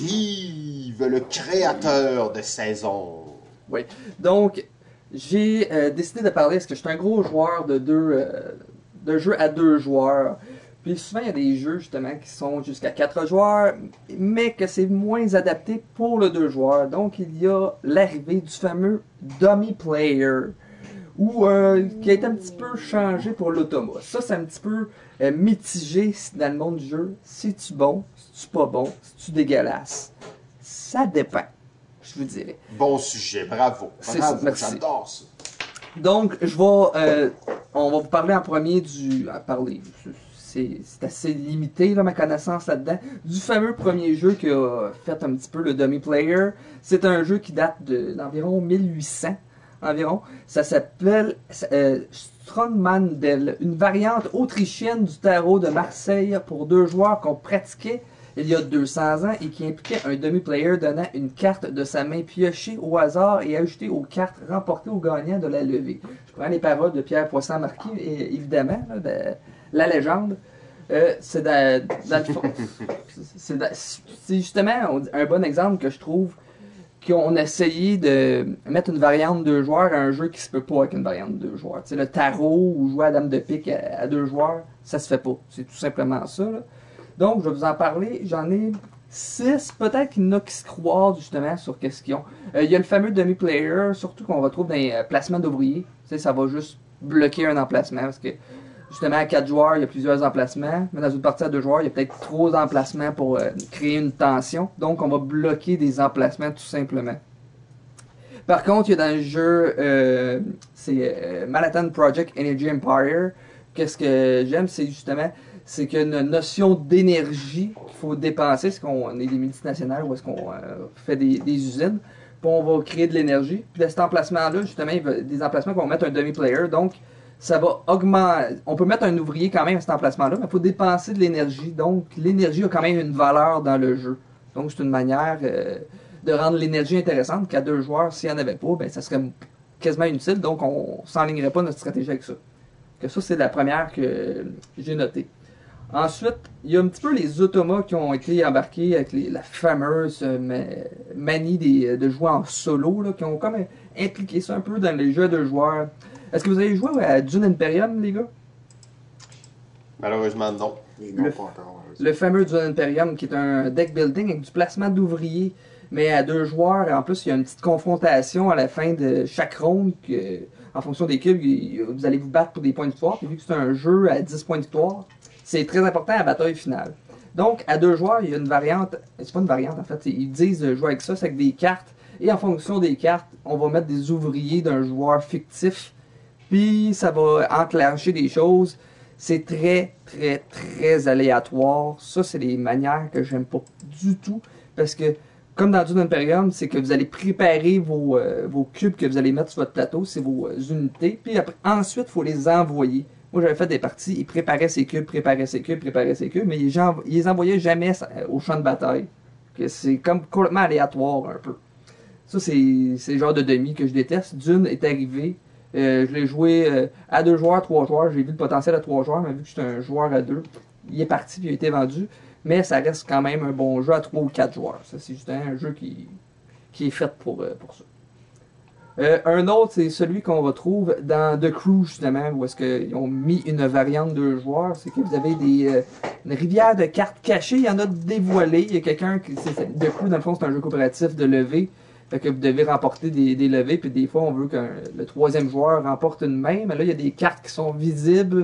Steve, le créateur de saison.
Oui. Donc, j'ai euh, décidé de parler parce que je suis un gros joueur de deux euh, de jeux à deux joueurs. Puis souvent, il y a des jeux justement qui sont jusqu'à quatre joueurs, mais que c'est moins adapté pour le deux joueurs. Donc, il y a l'arrivée du fameux Dummy Player, ou euh, qui a été un petit peu changé pour l'automa. Ça, c'est un petit peu euh, mitigé dans le monde du jeu. C'est-tu bon? C'est-tu pas bon? C'est-tu dégueulasse? Ça dépend, je vous dirais.
Bon sujet, bravo. Bravo, j'adore ça.
Donc, je vais, euh, on va vous parler en premier du... À parler, c'est, c'est assez limité, là, ma connaissance là-dedans. Du fameux premier jeu qui a fait un petit peu le Dummy Player. C'est un jeu qui date de, d'environ mille huit cents. Environ. Ça s'appelle euh, Strongmandel, une variante autrichienne du tarot de Marseille pour deux joueurs qu'on pratiquait il y a deux cents ans et qui impliquait un demi-player donnant une carte de sa main piochée au hasard et ajoutée aux cartes remportées au gagnant de la levée. Je prends les paroles de Pierre Poisson-Marquis, et évidemment, là, de la légende. Euh, c'est, de, dans le fond, c'est, de, c'est justement un bon exemple que je trouve qu'on a essayé de mettre une variante de deux joueurs à un jeu qui se peut pas avec une variante de deux joueurs. T'sais, le tarot ou jouer à dame de pique à, à deux joueurs, ça se fait pas. C'est tout simplement ça. Là. Donc, je vais vous en parler. J'en ai six. Peut-être qu'il y en a qui se croisent justement sur qu'est-ce qu'ils ont. Euh, il y a le fameux demi-player, surtout qu'on retrouve dans les placements d'ouvriers. T'sais, ça va juste bloquer un emplacement parce que justement, à quatre joueurs, il y a plusieurs emplacements. Mais dans une partie à deux joueurs, il y a peut-être trop d'emplacements pour euh, créer une tension. Donc, on va bloquer des emplacements tout simplement. Par contre, il y a dans le jeu, euh, c'est euh, Manhattan Project Energy Empire. Qu'est-ce que j'aime, c'est justement, c'est qu'il y a une notion d'énergie qu'il faut dépenser. Est-ce qu'on est des multinationales ou est-ce qu'on euh, fait des, des usines? Puis on va créer de l'énergie. Puis là, cet emplacement-là, justement, il va, des emplacements qu'on va mettre un demi-player. Donc, ça va augmenter. On peut mettre un ouvrier quand même à cet emplacement-là, mais il faut dépenser de l'énergie. Donc, l'énergie a quand même une valeur dans le jeu. Donc, c'est une manière euh, de rendre l'énergie intéressante qu'à deux joueurs, s'il n'y en avait pas, ben, ça serait quasiment inutile. Donc, on ne s'enlignerait pas notre stratégie avec ça. Que ça, c'est la première que j'ai notée. Ensuite, il y a un petit peu les automas qui ont été embarqués avec les, la fameuse euh, ma- manie des, de jouer en solo, là, qui ont comme impliqué ça un peu dans les jeux de joueurs. Est-ce que vous avez joué à Dune Imperium, les gars?
Malheureusement, non.
Et non,
Le-
pas encore.
Le fameux Dune Imperium, qui est un deck building avec du placement d'ouvriers, mais à deux joueurs. Et en plus, il y a une petite confrontation à la fin de chaque ronde. Que, en fonction des cubes, il- vous allez vous battre pour des points de victoire. Puis vu que c'est un jeu à dix points de victoire, c'est très important à la bataille finale. Donc, à deux joueurs, il y a une variante. C'est pas une variante en fait. Ils disent de jouer avec ça, c'est avec des cartes. Et en fonction des cartes, on va mettre des ouvriers d'un joueur fictif. Puis ça va enclencher des choses. C'est très, très, très aléatoire. Ça, c'est des manières que j'aime pas du tout. Parce que, comme dans Dune Imperium, c'est que vous allez préparer vos, euh, vos cubes que vous allez mettre sur votre plateau, c'est vos euh, unités. Puis après, ensuite, il faut les envoyer. Moi, j'avais fait des parties, ils préparaient ses cubes, préparaient ses cubes, préparaient ses cubes, mais ils, gens- ils les envoyaient jamais euh, au champ de bataille. Que c'est comme complètement aléatoire un peu. Ça, c'est c'est le genre de demi que je déteste. Dune est arrivé. Euh, je l'ai joué euh, à deux joueurs, trois joueurs. J'ai vu le potentiel à trois joueurs, mais vu que j'étais un joueur à deux, il est parti puis il a été vendu. Mais ça reste quand même un bon jeu à trois ou quatre joueurs. Ça, c'est justement un jeu qui, qui est fait pour, euh, pour ça. Euh, un autre, c'est celui qu'on retrouve dans The Crew, justement, où est-ce qu'ils ont mis une variante de joueurs. C'est que vous avez des, euh, une rivière de cartes cachées. Il y en a dévoilées. Il y a quelqu'un qui... c'est- c'est- The Crew, dans le fond, c'est un jeu coopératif de levée. Fait que vous devez remporter des, des levées, puis des fois, on veut que le troisième joueur remporte une main. Mais là, il y a des cartes qui sont visibles.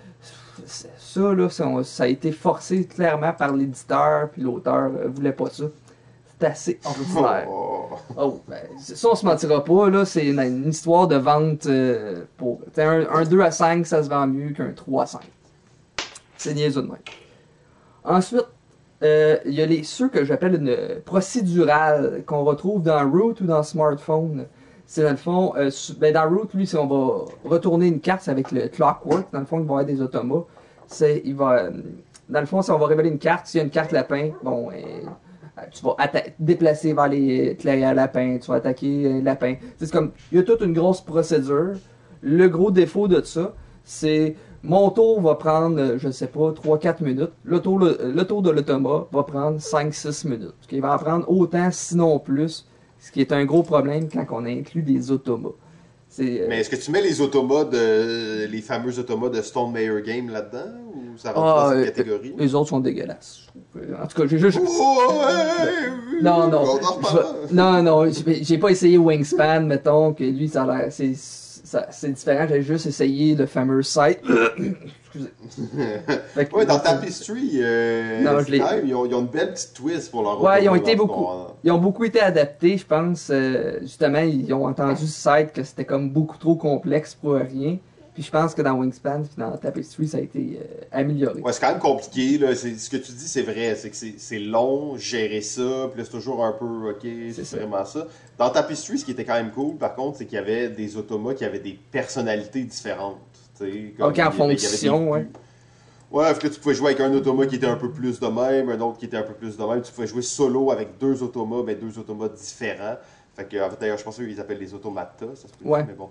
Ça, là, ça, ça a été forcé clairement par l'éditeur, puis l'auteur euh, voulait pas ça. C'est assez ordinaire.
Oh.
Oh, ben, ça, on se mentira pas, là, c'est une, une histoire de vente euh, pour. T'sais, un, un deux à cinq, ça se vend mieux qu'un trois à cinq. C'est niaiseux de même. Ensuite, euh, il y a les, ceux que j'appelle une procédurale qu'on retrouve dans Root ou dans Smartphone. C'est dans le fond, euh, su- ben dans Root, lui, si on va retourner une carte, c'est avec le Clockwork. Dans le fond, il va y avoir des automas. C'est, il va, euh, dans le fond, si on va révéler une carte, s'il y a une carte lapin, bon, euh, tu vas atta- déplacer vers les clairières lapins, tu vas attaquer les lapins. C'est comme, il y a toute une grosse procédure. Le gros défaut de ça, c'est mon tour va prendre, euh, je sais pas, trois quatre minutes. Le tour, le, le tour de l'automa va prendre cinq six minutes. Ce qui va en prendre autant, sinon plus. Ce qui est un gros problème quand on inclut des automas. C'est, euh,
Mais est-ce que tu mets les automas de. les fameux automas de Stone Mayer Game là-dedans? Ou ça rentre
Ah,
dans
euh,
cette catégorie?
les autres sont dégueulasses, je trouve. Euh, En tout cas, j'ai juste.
Oh, ouais,
Non, non.
on en
Je
reparlera.
vais- Non, non, j'ai j'ai pas essayé Wingspan, mettons, que lui, ça a l'air. C'est ça- c'est différent, j'ai juste essayé le fameux site. Excusez. Fait que-
Ouais, dans Tapestry, euh,
Non, je
c'est
l'ai-
quand même, ils, ont, ils ont une belle petite twist pour leur
Ouais, ils ont
automa
été
dans ce
beaucoup.
qu'on-
Ils ont beaucoup été adaptés, je pense. euh, justement, ils ont entendu ce site que c'était comme beaucoup trop complexe pour rien. Puis je pense que dans Wingspan puis dans Tapestry, ça a été euh, amélioré.
Ouais, c'est quand même compliqué, là. C'est- Ce que tu dis, c'est vrai. C'est que c'est c'est long, gérer ça, puis là, c'est toujours un peu, ok,
C'est
c'est
ça.
vraiment ça. Dans Tapestry, ce qui était quand même cool, par contre, c'est qu'il y avait des automas qui avaient des personnalités différentes. tu sais, comme
Ok, en
il y avait- il y avait des
fonction,
buts.
ouais.
Ouais, parce que tu pouvais jouer avec un automa qui était un peu plus de même, un autre qui était un peu plus de même. Tu pouvais jouer solo avec deux automas, mais deux automas différents. Fait que, en fait, d'ailleurs, je pense qu'ils appellent les automatas, ça se peut
Ouais.
dire, mais bon.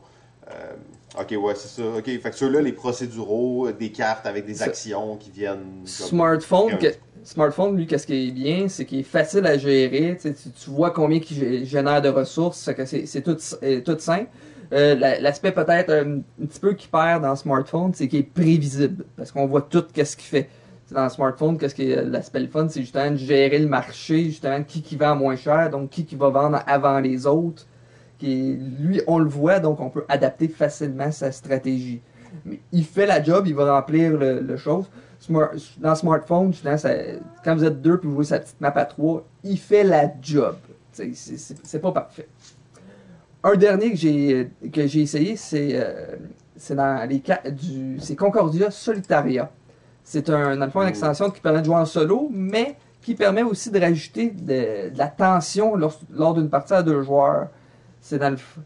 Euh, ok, ouais, c'est ça. Ok, fait que ceux-là, les procéduraux, des cartes avec des
Ça-
actions qui viennent. comme-
Smartphone,
comme-
que- Smartphone, lui, qu'est-ce qui est bien, c'est qu'il est facile à gérer. Tu, sais, tu- tu vois combien il gé- génère de ressources, c'est que c'est c'est tout, euh, tout simple. Euh, la- L'aspect peut-être un, un petit peu qui perd dans Smartphone, c'est qu'il est prévisible, parce qu'on voit tout qu'est-ce qu'il fait. C'est dans le smartphone, qu'est-ce qui est l'aspect le fun, c'est justement de gérer le marché, justement qui qui vend moins cher, donc qui qui va vendre avant les autres. Qui, lui, on le voit, donc on peut adapter facilement sa stratégie. Mais il fait la job, il va remplir le, le chose. Smart- dans smartphone, justement, ça- quand vous êtes deux puis vous jouez sa petite map à trois, il fait la job. C'est- c'est c'est- c'est pas parfait. Un dernier que j'ai que j'ai essayé, c'est euh, c'est dans les ca- du c'est Concordia Solitaria. C'est un dans le fond une extension qui permet de jouer en solo, mais qui permet aussi de rajouter de, de la tension lors, lors d'une partie à deux joueurs. C'est dans le f-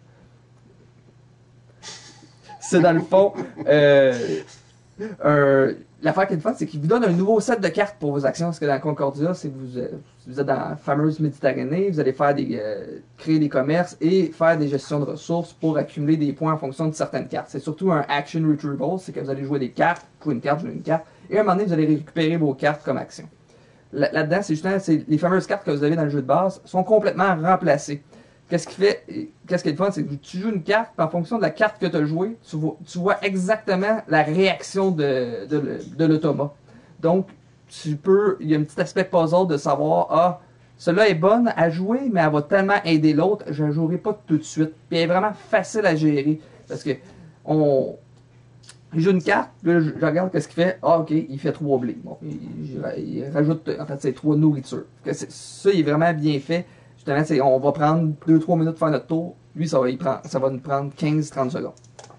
c'est dans le fond euh, un- l'affaire qui est le fun, c'est qu'il vous donne un nouveau set de cartes pour vos actions. Parce que dans Concordia, c'est que vous, euh, vous êtes dans la fameuse Méditerranée, vous allez faire des, euh, créer des commerces et faire des gestions de ressources pour accumuler des points en fonction de certaines cartes. C'est surtout un action retrieval, c'est que vous allez jouer des cartes, jouer une carte, jouer une carte, Et à un moment donné, vous allez récupérer vos cartes comme action. Là- Là-dedans, c'est justement c'est les fameuses cartes que vous avez dans le jeu de base sont complètement remplacées. Qu'est-ce qui fait, qu'est-ce qui est le fun, c'est que tu joues une carte, puis en fonction de la carte que tu as jouée, tu vois, tu vois exactement la réaction de, de, de l'automa. Donc, tu peux, il y a un petit aspect puzzle de savoir, ah, celle-là est bonne à jouer, mais elle va tellement aider l'autre, je ne jouerai pas tout de suite. Puis elle est vraiment facile à gérer, parce que on, il joue une carte, puis là, je, je regarde qu'est-ce qu'il fait. Ah, ok, il fait trois blés. Bon, il, il- il rajoute, en fait, c'est trois nourritures. Que c'est- ça, il est vraiment bien fait. Justement, c'est, on va prendre deux trois minutes pour faire notre tour. Lui, ça va, il prend, ça va nous prendre quinze trente secondes.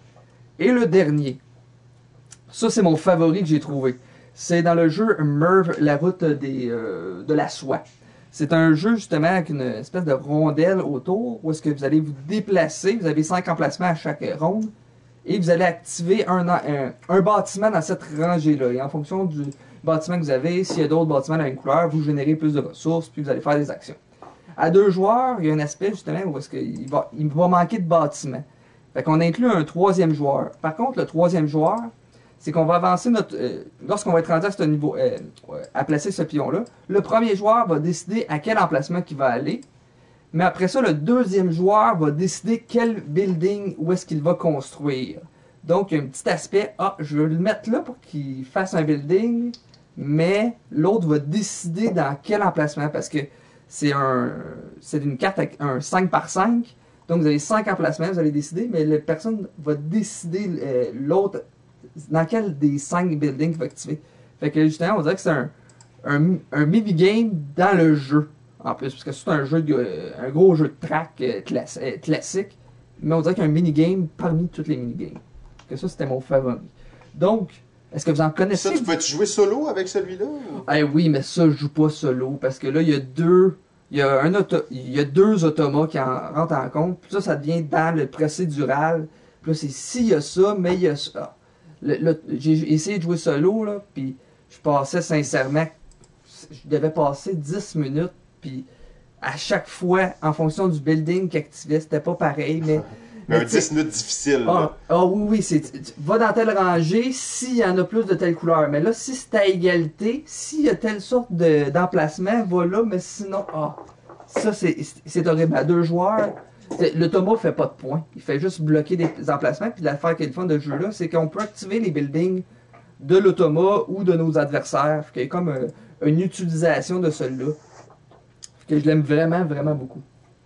Et le dernier, ça, c'est mon favori que j'ai trouvé. C'est dans le jeu Merv, la route des, euh, de la soie. C'est un jeu, justement, avec une espèce de rondelle autour, où est-ce que vous allez vous déplacer. Vous avez cinq emplacements à chaque ronde. Et vous allez activer un, un, un bâtiment dans cette rangée-là. Et en fonction du bâtiment que vous avez, s'il y a d'autres bâtiments dans une couleur, vous générez plus de ressources, puis vous allez faire des actions. À deux joueurs, il y a un aspect justement où est-ce qu'il va, il va manquer de bâtiments. Fait qu'on inclut un troisième joueur. Par contre, le troisième joueur, c'est qu'on va avancer notre. Euh, lorsqu'on va être rendu à ce niveau, euh, à placer ce pion-là, le premier joueur va décider à quel emplacement il va aller. Mais après ça, le deuxième joueur va décider quel building, où est-ce qu'il va construire. Donc, il y a un petit aspect, ah, je vais le mettre là pour qu'il fasse un building, mais l'autre va décider dans quel emplacement, parce que c'est un, c'est une carte avec un cinq par cinq, donc vous avez cinq emplacements, vous allez décider, mais la personne va décider euh, l'autre, dans quel des cinq buildings il va activer. Fait que justement, on dirait que c'est un, un, un mini-game dans le jeu. En plus, parce que c'est un jeu de, euh, un gros jeu de track euh, class, euh, classique, mais on dirait qu'il y a un minigame parmi toutes les minigames. Que ça, c'était mon favori. Donc, est-ce que vous en connaissez?
Ça, tu peux-tu jouer solo avec celui-là? Ou...
Eh oui, mais ça, je joue pas solo, parce que là, il y a deux, il y a un auto, il y a deux automas qui en rentrent en compte, puis ça, ça devient dans le procédural. Puis là, c'est s'il y a ça, mais il y a ça. Le- le- j'ai essayé de jouer solo, là, puis je passais sincèrement, je devais passer dix minutes. Puis à chaque fois, en fonction du building qu'il activait, c'était pas pareil, mais...
Mais un
mais t'sais-
dix minutes difficile.
Ah,
là.
ah oui, oui, c'est... tu- Va dans telle rangée s'il y en a plus de telle couleur. Mais là, si c'est à égalité, s'il y a telle sorte de- d'emplacement, va là, mais sinon... Ah, ça, c'est c'est horrible. À deux joueurs, c'est- le Thomas fait pas de points. Il fait juste bloquer des emplacements. Puis l'affaire qui est le fun de ce jeu-là, c'est qu'on peut activer les buildings de l'automa ou de nos adversaires. Fait qu'il y a comme euh, une utilisation de celui-là. Que je l'aime vraiment, vraiment beaucoup.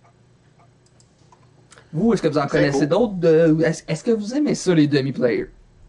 Vous, est-ce que vous en
Très
connaissez
cool.
d'autres? de- Est-ce est-ce que vous aimez ça, les demi-players?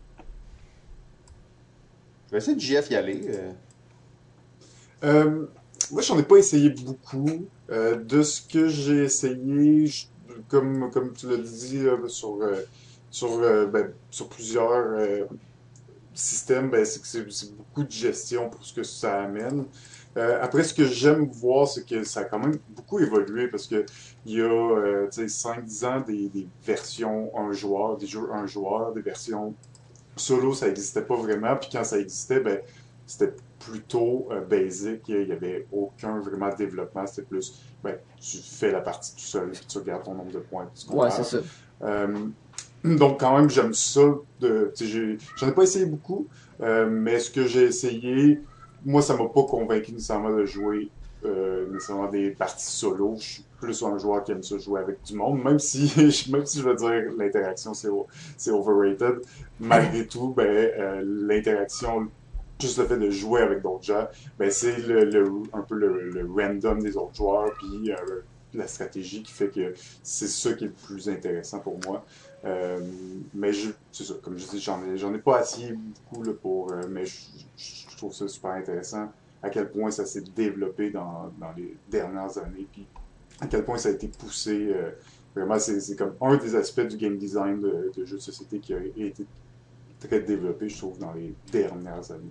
Je vais essayer de J F y aller. euh.
Euh, moi, j'en ai pas essayé beaucoup. Euh, de ce que j'ai essayé, je- comme, comme tu l'as dit, là, sur, euh, sur, euh, ben, sur plusieurs euh, systèmes, ben, c'est que c'est c'est beaucoup de gestion pour ce que ça amène. Euh, après, ce que j'aime voir, c'est que ça a quand même beaucoup évolué parce que il y a euh, tu sais, cinq dix ans des, des versions un joueur, des jeux un joueur, des versions solo, ça n'existait pas vraiment. Puis quand ça existait, ben, c'était plutôt euh, basic. Il n'y avait aucun vraiment développement. C'était plus, ben, tu fais la partie tout seul, puis tu regardes ton nombre de points. Puis tu
Ouais,
compares.
c'est ça.
Euh, donc quand même, j'aime ça. De, tu sais, j'ai- j'en ai pas essayé beaucoup, euh, mais ce que j'ai essayé, moi, ça m'a pas convaincu nécessairement de jouer euh, nécessairement des parties solo. Je suis plus un joueur qui aime ça jouer avec du monde, même si, même si je veux dire l'interaction c'est o- c'est overrated. Malgré tout, ben, euh, l'interaction, juste le fait de jouer avec d'autres gens, ben, c'est le, le- un peu le, le random des autres joueurs, puis euh, la stratégie qui fait que c'est ça qui est le plus intéressant pour moi. Euh, mais je, c'est ça, comme je dis, j'en ai, j'en ai pas essayé beaucoup là, pour, euh, mais je, je- je trouve ça super intéressant à quel point ça s'est développé dans, dans les dernières années, puis à quel point ça a été poussé. Euh, vraiment, c'est, c'est comme un des aspects du game design de, de jeux de société qui a été très développé, je trouve, dans les dernières années.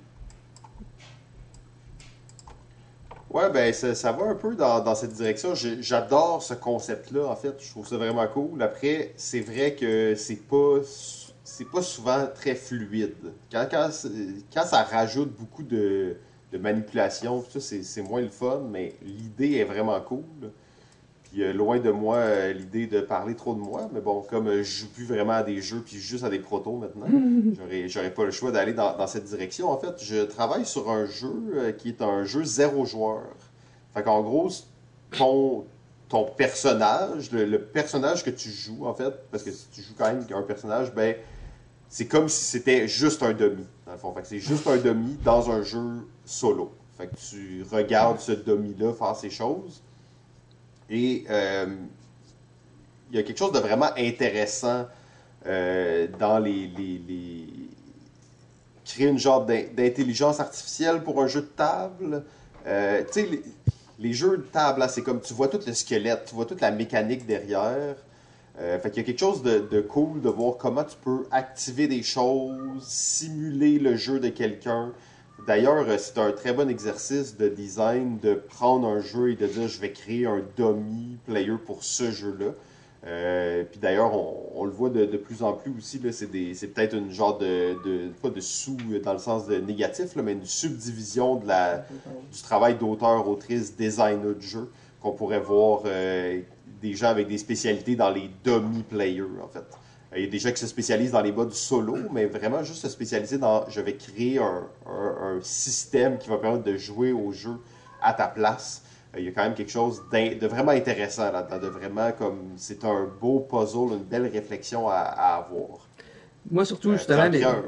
Ouais, ben ça, ça va un peu dans, dans cette direction. J'ai- J'adore ce concept-là, en fait. Je trouve ça vraiment cool. Après, c'est vrai que c'est pas c'est pas souvent très fluide. Quand, quand, c'est- quand ça rajoute beaucoup de, de manipulation, tout ça, c'est c'est moins le fun, mais l'idée est vraiment cool. Puis euh, loin de moi euh, l'idée de parler trop de moi, mais bon, comme euh, je joue plus vraiment à des jeux puis juste à des protos maintenant, j'aurais, j'aurais pas le choix d'aller dans, dans cette direction. En fait, je travaille sur un jeu euh, qui est un jeu zéro joueur. Fait qu'en gros, ton, ton personnage, le, le personnage que tu joues, en fait, parce que si tu joues quand même un personnage, ben, c'est comme si c'était juste un demi, dans le fond. Fait que c'est juste un demi dans un jeu solo. Fait que tu regardes ce demi-là faire ses choses. Et euh, il y a quelque chose de vraiment intéressant euh, dans les, les, les... créer une genre d'in- d'intelligence artificielle pour un jeu de table. Euh, tu sais, les, les jeux de table, là, c'est comme tu vois tout le squelette, tu vois toute la mécanique derrière. Euh, fait qu'il y a quelque chose de, de cool de voir comment tu peux activer des choses, simuler le jeu de quelqu'un. D'ailleurs, euh, c'est un très bon exercice de design de prendre un jeu et de dire je vais créer un dummy player pour ce jeu-là. Euh, puis d'ailleurs, on, on le voit de, de plus en plus aussi, là, c'est, des, c'est peut-être une genre de, de, pas de sous dans le sens de négatif, là, mais une subdivision de la, du travail d'auteur, autrice, designer de jeu, qu'on pourrait voir euh, des gens avec des spécialités dans les dummy players, en fait. Il y a des gens qui se spécialisent dans les modes solo, mais vraiment juste se spécialiser dans je vais créer un, un, un système qui va permettre de jouer au jeu à ta place. Il y a quand même quelque chose de vraiment intéressant là-dedans, de vraiment comme c'est un beau puzzle, une belle réflexion à, à avoir.
Moi, surtout,
Euh,
justement, les...
un, ouais.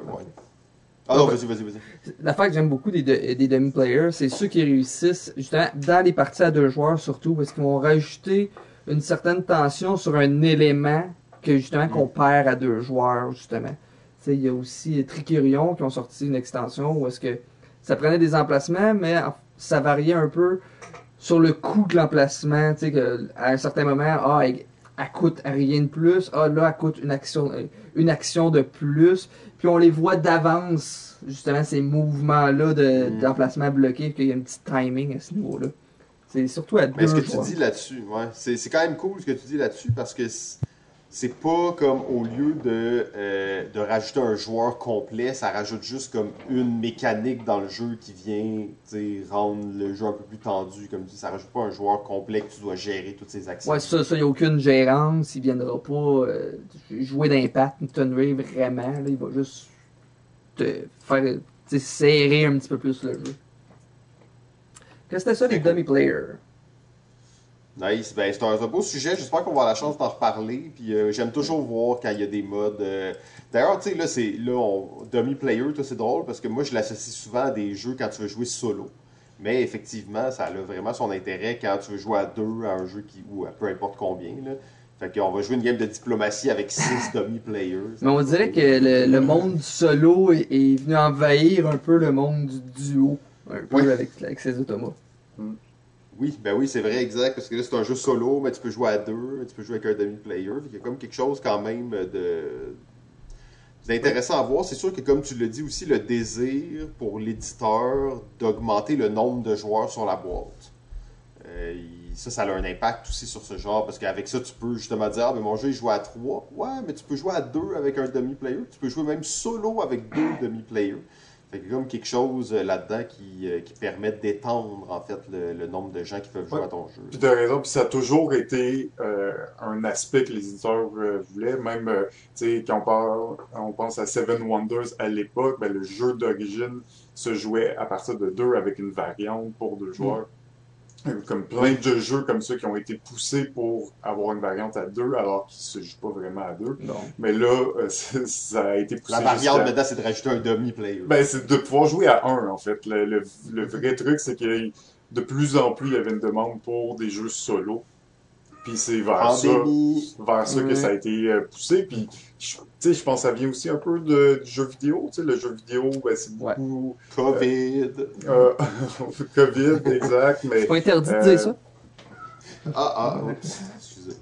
Ah non, vas-y, vas-y, vas-y.
L'affaire que j'aime beaucoup des, de- des demi-players, c'est ceux qui réussissent, justement, dans les parties à deux joueurs surtout, parce qu'ils vont rajouter une certaine tension sur un élément que, justement, qu'on perd à deux joueurs, justement. Tu sais, il y a aussi Tricurion qui ont sorti une extension où est-ce que ça prenait des emplacements, mais ça variait un peu sur le coût de l'emplacement, tu sais, que, à un certain moment, ah, elle, elle coûte rien de plus, ah, là, elle coûte une action, une action de plus, puis on les voit d'avance, justement, ces mouvements-là de,
Mm.
d'emplacement bloqué, qu'il y a un petit timing à ce niveau-là. C'est surtout à deux
Mais ce que
joueurs.
tu dis là-dessus, ouais, c'est, c'est quand même cool ce que tu dis là-dessus parce que c'est, c'est pas comme au lieu de, euh, de rajouter un joueur complet, ça rajoute juste comme une mécanique dans le jeu qui vient tu sais, rendre le jeu un peu plus tendu. Comme tu dis, ça rajoute pas un joueur complet que tu dois gérer toutes ses actions.
Ouais, ça, ça, il n'y a aucune gérance, il viendra pas euh, jouer d'impact, une tonnerie vraiment, là, il va juste te faire, tu sais, serrer un petit peu plus le jeu. Qu'est-ce que c'était ça, les
Très cool.
dummy-players?
Nice. Ben, c'est un, c'est un beau sujet. J'espère qu'on va avoir la chance d'en reparler. Puis euh, j'aime toujours voir quand il y a des modes. euh, D'ailleurs, tu sais, là, c'est là, on... Dummy-player, toi, c'est drôle parce que moi, je l'associe souvent à des jeux quand tu veux jouer solo. Mais effectivement, ça a vraiment son intérêt quand tu veux jouer à deux à un jeu qui. Ou à peu importe combien, là. Fait qu'on va jouer une game de diplomatie avec six dummy-players.
Mais on dirait que le, le monde du solo est, est venu envahir un peu le monde du duo, un peu
Ouais.
avec, avec ses automates.
Oui, ben oui, c'est vrai, exact. Parce que là, c'est un jeu solo, mais tu peux jouer à deux, tu peux jouer avec un demi-player. Il y a comme quelque chose quand même de. C'est intéressant à voir. C'est sûr que, comme tu l'as dit aussi, le désir pour l'éditeur d'augmenter le nombre de joueurs sur la boîte. Euh, il- ça, ça a un impact aussi sur ce genre, parce qu'avec ça, tu peux justement dire, ah, mais mon jeu, il joue à trois. Ouais, mais tu peux jouer à deux avec un demi-player. Tu peux jouer même solo avec deux demi-players. Fait qu'il y a comme quelque chose euh, là-dedans qui, euh, qui permet d'étendre, en fait, le, le nombre de gens qui peuvent jouer
Ouais.
à ton jeu.
Puis t'as raison, puis ça a toujours été euh, un aspect que les éditeurs euh, voulaient. Même, euh, tu sais, quand on, parle, on pense à Seven Wonders à l'époque, ben, le jeu d'origine se jouait à partir de deux avec une variante pour deux joueurs. Euh, Comme plein de jeux comme ça qui ont été poussés pour avoir une variante à deux, alors qu'ils se jouent pas vraiment à deux.
Bon.
Mais là, euh, ça ça a été poussé
La variante
jusqu'à-
maintenant, c'est de rajouter un demi-player.
Ben, c'est de pouvoir jouer à un, en fait. Le, le, le vrai truc, c'est que de plus en plus, il y avait une demande pour des jeux solo. Puis c'est vers ça,
Pandémie.
vers ça que
Ouais.
ça a été euh, poussé. Puis, je- tu sais, je pense que ça vient aussi un peu de, du jeu vidéo. Tu sais, le jeu vidéo, ben, c'est
Ouais.
beaucoup...
COVID.
Euh, COVID, exact, mais...
C'est pas interdit de
Euh,
dire ça.
Ah, ah, oups. Excusez.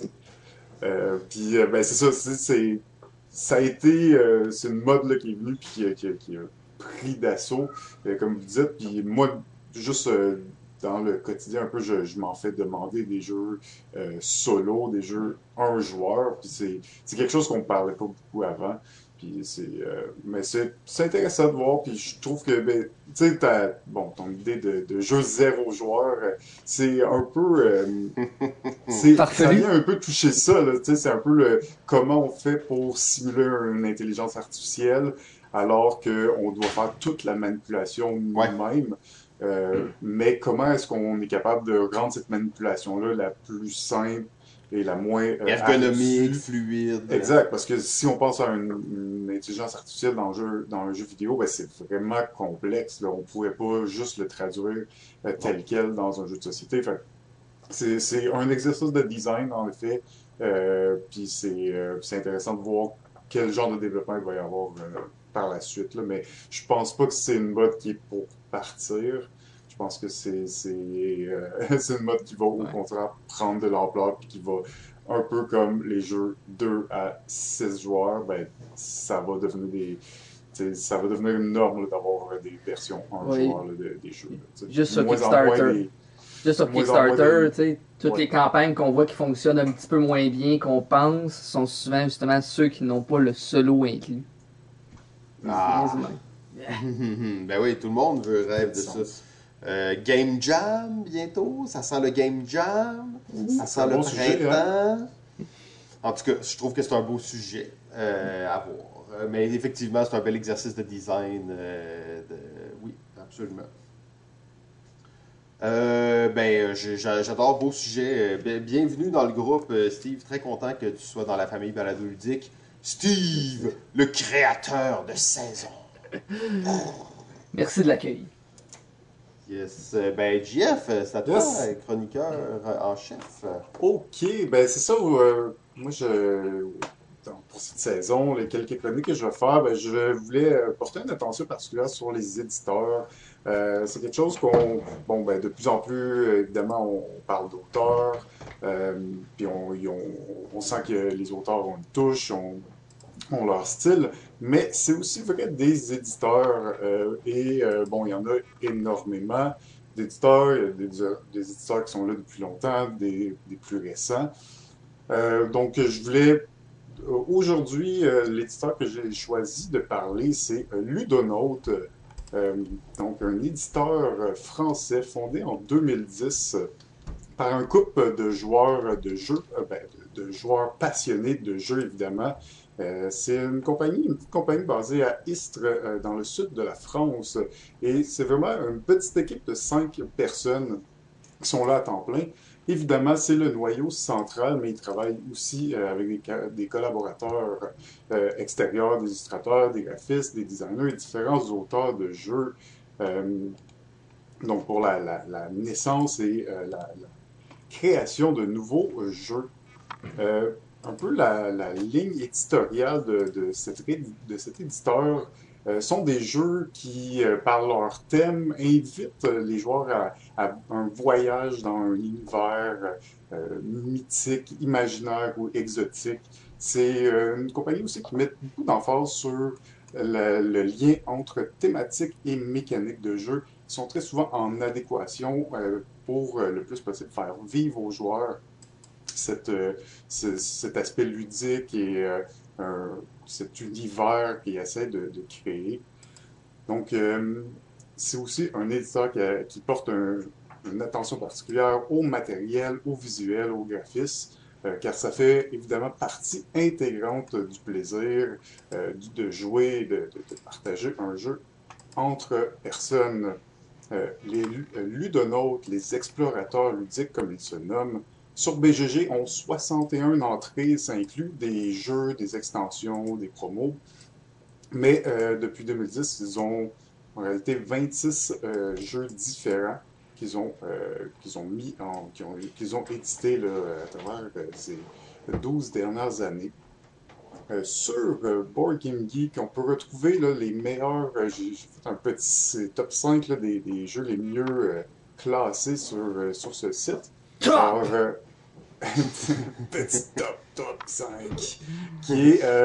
Euh, puis, euh, ben, c'est ça, c'est, c'est- ça a été, euh, c'est une mode là, qui est venue puis qui, a- qui, a- qui a pris d'assaut, euh, comme vous dites. Puis moi, juste euh, dans le quotidien, un peu, je, je m'en fais demander des jeux euh, solo, des jeux un joueur. Puis c'est, c'est quelque chose qu'on ne parlait pas beaucoup avant. Puis c'est, euh, mais c'est, c'est intéressant de voir, puis je trouve que, ben, tu sais, t'as, bon, ton idée de, de jeu zéro joueur, euh, c'est un peu, euh, c'est, ça
Farfelu.
vient un peu toucher ça, là, tu sais, c'est un peu le, comment on fait pour simuler une intelligence artificielle, alors qu'on doit faire toute la manipulation
Ouais.
nous-mêmes. Euh, mais comment est-ce qu'on est capable de rendre cette manipulation-là la plus simple et la moins euh,
Ergonomique,
ardue?
fluide.
Exact, parce que si on pense à une, une intelligence artificielle dans, le jeu, dans un jeu vidéo, ben c'est vraiment complexe. Là. On ne pourrait pas juste le traduire euh, tel quel dans un jeu de société. Fait, c'est, c'est un exercice de design, en effet. Euh, Puis c'est, euh, c'est intéressant de voir quel genre de développement il va y avoir euh, par la suite. Là. Mais je pense pas que c'est une mode qui est pour partir. Je pense que c'est, c'est, euh, c'est une mode qui va au
Ouais.
contraire prendre de l'ampleur puis qui va un peu comme les jeux deux à six joueurs, ben, ça va devenir des. t'sais, ça va devenir une norme là, d'avoir euh, des versions un
Oui.
joueur là, de- des jeux. là, t'sais.
Juste
De
sur
moins en moins
Kickstarter.
des-
Juste sur
de moins en moins
Kickstarter,
des-
tu sais, toutes
Ouais.
les campagnes qu'on voit qui fonctionnent un petit peu moins bien qu'on pense sont souvent justement ceux qui n'ont pas le solo inclus.
Ah.
C'est bien humain.
Ben oui, tout le monde veut rêve de
du
ça.
sens.
Euh, Game Jam bientôt, ça sent le Game Jam, ça
C'est un
sent le
bon sujet, hein?
printemps. En tout cas, je trouve que c'est un beau sujet euh, à voir. Euh, mais effectivement, c'est un bel exercice de design. euh, de... Oui, absolument. Euh, ben, je- j'a- j'adore beau sujet. Euh, bien- Bienvenue dans le groupe, euh, Steve. Très content que tu sois dans la famille Balado Ludique. Steve, le créateur de saison.
Merci de l'accueil.
Yes. Euh, Ben, J F, euh, c'est à toi,
Yes.
euh, chroniqueur euh, en chef.
Ok, ben c'est ça. euh, moi, je, dans- pour cette saison, les quelques chroniques que je vais faire, ben, je voulais euh, porter une attention particulière sur les éditeurs. Euh, c'est quelque chose qu'on, bon, ben, de plus en plus, euh, évidemment, on, on parle d'auteurs, euh, puis on, y- on, on sent que les auteurs ont une touche, ont, ont leur style, mais c'est aussi vrai des éditeurs, euh, et euh, bon, il y en a énormément d'éditeurs, il y a des, des éditeurs qui sont là depuis longtemps, des, des plus récents. Euh, donc, je voulais. euh, Aujourd'hui, euh, l'éditeur que j'ai choisi de parler, c'est euh, Ludonote, euh, donc un éditeur euh, français fondé en deux mille dix euh, par un couple de joueurs de jeux, euh, ben, de, de joueurs passionnés de jeux, évidemment. Euh, c'est une compagnie, une petite compagnie basée à Istres, euh, dans le sud de la France. Et c'est vraiment une petite équipe de cinq personnes qui sont là à temps plein. Évidemment, c'est le noyau central, mais ils travaillent aussi euh, avec des, ca- des collaborateurs euh, extérieurs, des illustrateurs, des graphistes, des designers et différents auteurs de jeux. Euh, donc, pour la, la- la naissance et euh, la, la création de nouveaux euh, jeux. Euh, un peu la, la ligne éditoriale de, de, cette, de cet éditeur euh, sont des jeux qui, euh, par leur thème, invitent euh, les joueurs à, à un voyage dans un univers euh, mythique, imaginaire ou exotique. C'est euh, une compagnie aussi qui met beaucoup d'emphase sur le, le lien entre thématique et mécanique de jeu. Ils sont très souvent en adéquation euh, pour euh, le plus possible faire vivre aux joueurs cette, euh, ce- cet aspect ludique et euh, un- cet univers qu'ils essaie de, de créer. Donc, euh, c'est aussi un éditeur qui, a- qui porte un- une attention particulière au matériel, au visuel, au graphisme, euh, car ça fait évidemment partie intégrante du plaisir euh, du- de jouer, et de, de- de partager un jeu entre personnes. Euh, les lu- euh, ludonautes, les explorateurs ludiques comme ils se nomment, sur B G G ont soixante et un entrées, ça inclut des jeux, des extensions, des promos. Mais euh, depuis deux mille dix, ils ont en réalité vingt-six euh, jeux différents qu'ils ont, euh, qu'ils ont mis en, qu'ils ont, qu'ils ont édités là, à travers euh, ces douze dernières années. Euh, sur euh, Board Game Geek, on peut retrouver là, les meilleurs. euh, j'ai, j'ai fait un petit top cinq là, des, des jeux les mieux euh, classés sur, euh, sur ce site.
Top!
Alors, euh, petit top, top cinq, qui est. euh,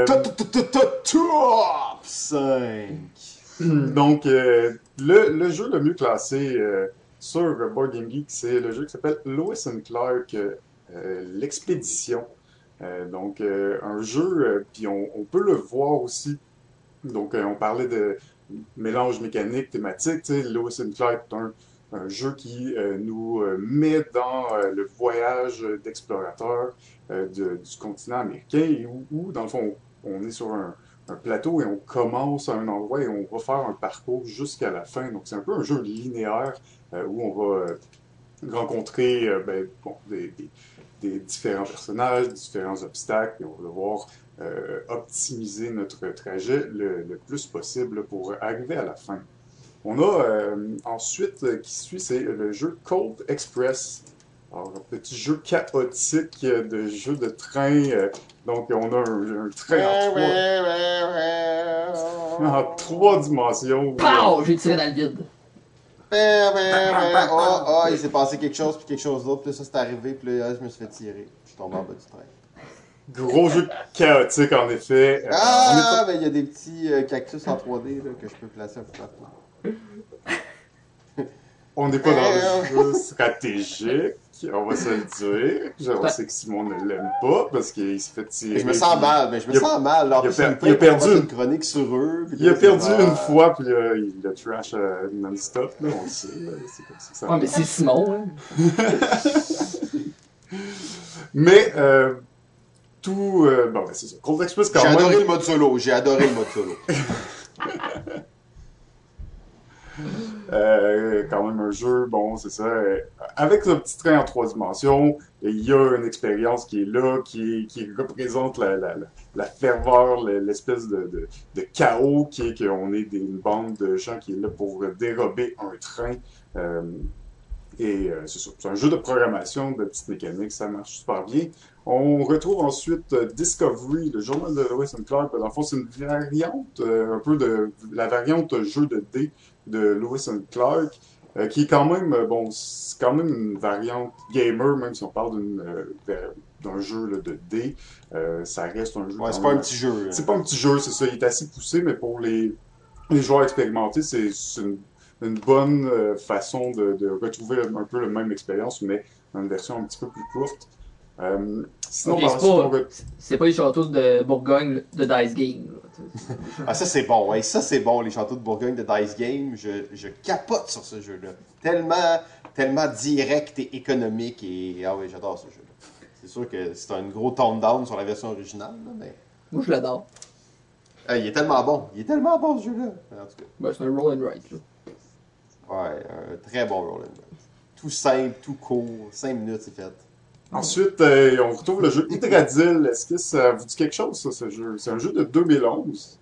Top cinq!
donc, euh, le, le jeu le mieux classé euh, sur Board Game Geek, c'est le jeu qui s'appelle Lewis and Clark, euh, euh, l'Expédition. Euh, donc, euh, un jeu, euh, puis on, on peut le voir aussi Donc, euh, on parlait de mélange mécanique, thématique. Tu sais, Lewis and Clark est un, un jeu qui euh, nous euh, met dans euh, le voyage d'explorateurs euh, de- du continent américain et où, où, dans le fond, on, on est sur un, un plateau et on commence à un endroit et on va faire un parcours jusqu'à la fin. Donc, c'est un peu un jeu linéaire euh, où on va euh, rencontrer euh, ben, bon, des, des- des différents personnages, différents obstacles, et on va devoir euh, optimiser notre trajet le, le plus possible pour arriver à la fin. On a euh, ensuite euh, qui suit, c'est le jeu Cold Express. Alors, un petit jeu chaotique euh, de jeu de train. euh, donc, on a un, un train en trois, en trois dimensions. où, euh,
Pow! J'ai tiré dans le vide.
Oh, oh, il s'est passé quelque chose, puis quelque chose d'autre, puis là, ça c'est arrivé, puis là, je me suis fait tirer. Je suis tombé en bas du train.
Gros jeu chaotique, en effet. Euh, on est
Ah,
pas-
mais il y a des petits euh, cactus en trois D là, que je peux placer un peu partout.
On n'est pas dans le jeu stratégique, on va se le dire. Je on sait que Simon ne l'aime pas parce qu'il se fait tirer.
Je me sens
puis
mal, mais je me
il a-
sens mal. En
il a
plus,
per-
il me
il a
fait
perdu
une
une-
chronique sur eux. puis
Il a
là,
perdu
c'est-
une
ah.
fois, puis là, il a trash euh, non-stop, là, on le sait. là, C'est comme ça que ça
Ouais, mais
marche.
c'est Simon, hein.
Mais, euh, tout. euh, bon, ben, c'est ça. Cold Express, quand
J'ai
même.
adoré le mode solo. J'ai adoré le mode solo.
Euh, quand même un jeu, bon, c'est ça. euh, avec le petit train en trois dimensions, il y a une expérience qui est là, qui, qui représente la, la, la, la ferveur, le- l'espèce de, de, de chaos qui est qu'on est des, une bande de gens qui est là pour dérober un train. Euh, et euh, c'est ça. C'est un jeu de programmation, de petites mécaniques, ça marche super bien. On retrouve ensuite euh, Discovery, le journal de Lewis and Clark. Dans le fond, c'est une variante, euh, un peu de la variante jeu de dés de Lewis and Clark, euh, qui est quand même, euh, bon, c'est quand même une variante gamer, même si on parle d'une, euh, de- d'un jeu là, de dés. Euh, ça reste un jeu.
Ouais,
quand
c'est pas
même-
un petit jeu. hein.
C'est pas un petit jeu, c'est ça. Il est assez poussé, mais pour les, les joueurs expérimentés, c'est c'est une, une bonne euh, façon de, de retrouver un peu la même expérience, mais dans une version un petit peu plus courte. Euh, sinon,
Ok,
par
c'est
la suite, on
pas,
re-
c'est pas les châteaux de Bourgogne de Dice Game. là, tu sais.
Ah, ça c'est bon, ouais, ça c'est bon, les châteaux de Bourgogne de Dice Game. Je, je capote sur ce jeu-là. Tellement, tellement direct et économique. Et ah oui, j'adore ce jeu-là. C'est sûr que c'est un gros tone down sur la version originale, là, mais.
Moi, je l'adore.
Ah, il est tellement bon. Il est tellement bon ce jeu-là. En tout cas.
Ben, c'est un roll and write, là.
Ouais, un très bon roll and write. Tout simple, tout court. cinq minutes, c'est fait.
Ensuite, euh, on retrouve le jeu Hydradill. Est-ce que ça vous dit quelque chose, ça, ce jeu? C'est un jeu de deux mille onze.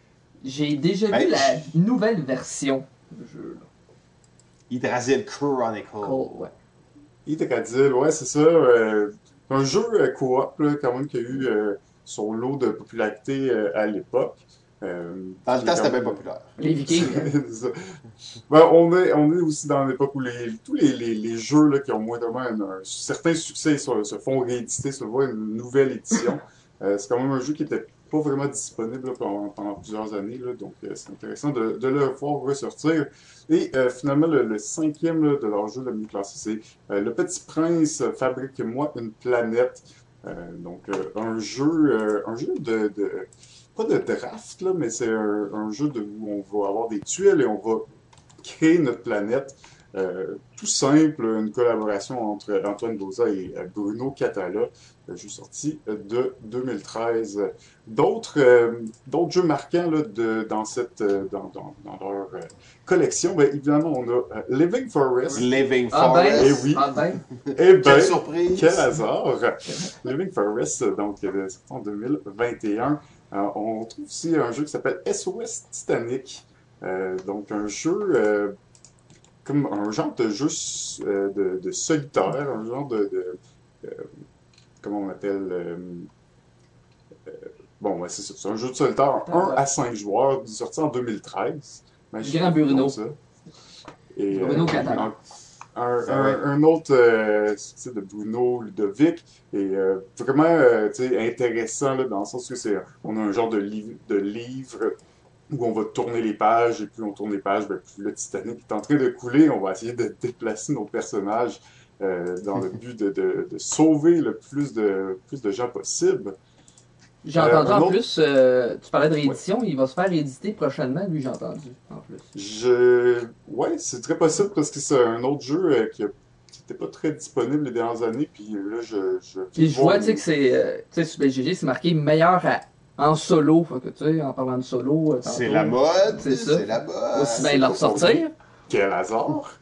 J'ai déjà
Ben,
vu la nouvelle version du jeu. Là.
Hydrasil Chronicle.
Oh, ouais.
Hydradill, ouais, c'est ça. euh, un jeu euh, coop, là, quand même, qui a eu euh, son lot de popularité euh, à l'époque. Euh,
Dans le
qui
temps,
est
c'était
quand
bien
même-
populaire.
Les Vikings. hein.
C'est ça. Ben, on, est, on est aussi dans l'époque où les, tous les, les, les jeux là, qui ont moins un, un certain succès se, se font rééditer, se voit une nouvelle édition. Euh, c'est quand même un jeu qui était pas vraiment disponible là, pendant, pendant plusieurs années, là, donc euh, c'est intéressant de, de le voir ressortir. Et euh, finalement, le, le cinquième là, de leur jeu le mieux classé, c'est euh, Le Petit Prince, euh, fabrique-moi une planète. Euh, donc euh, un jeu, euh, un jeu de, de pas de draft, là, mais c'est un, un jeu de, où on va avoir des tuiles et on va créer notre planète. Euh, tout simple, une collaboration entre Antoine Boza et euh, Bruno Catala, un jeu sorti euh, de deux mille treize. D'autres euh, d'autres jeux marquants là, de, dans, cette, euh, dans, dans, dans leur euh, collection, ben, évidemment, on a euh, Living Forest.
Living
Ah ben,
Forest.
Eh oui.
ah ben.
Eh ben,
Quelle surprise.
quel hasard! Living Forest, donc euh, sorti en deux mille vingt et un. Euh, on trouve aussi un jeu qui s'appelle S O S Titanic. Euh, donc un jeu euh, comme un genre de jeu euh, de, de solitaire, un genre de, de euh, comment on appelle euh, euh, bon ouais, c'est ça, c'est un jeu de solitaire un à cinq joueurs sorti en deux mille treize. Imagine
Grand Bruno.
ça. Et,
Bruno
euh,
Catala.
un,
C'est
un,
vrai.
un autre euh, style de Bruno Ludovic et euh, vraiment euh, tu sais, intéressant là, dans le sens que c'est on a un genre de, livre de livre où on va tourner les pages et plus on tourne les pages, ben, plus le Titanic est en train de couler. On va essayer de déplacer nos personnages euh, dans le but de, de, de sauver le plus de, plus de gens possible.
J'ai
Euh,
entendu
un
en
autre-
plus, euh, tu parlais de réédition, il va se faire rééditer prochainement, lui j'ai entendu en plus.
Je... Ouais, c'est très possible parce que c'est un autre jeu euh, qui n'était pas très disponible les dernières années, puis là, je... je
Puis je vois, tu sais,
les-
que c'est, euh, tu sais, sur B G G, c'est marqué meilleur à- en solo. Fait que, tu sais, en parlant de solo, euh,
C'est
tantôt,
la mode,
c'est ça.
c'est la mode.
Aussi bien
c'est
le
pas son
ressortir.
Quel hasard!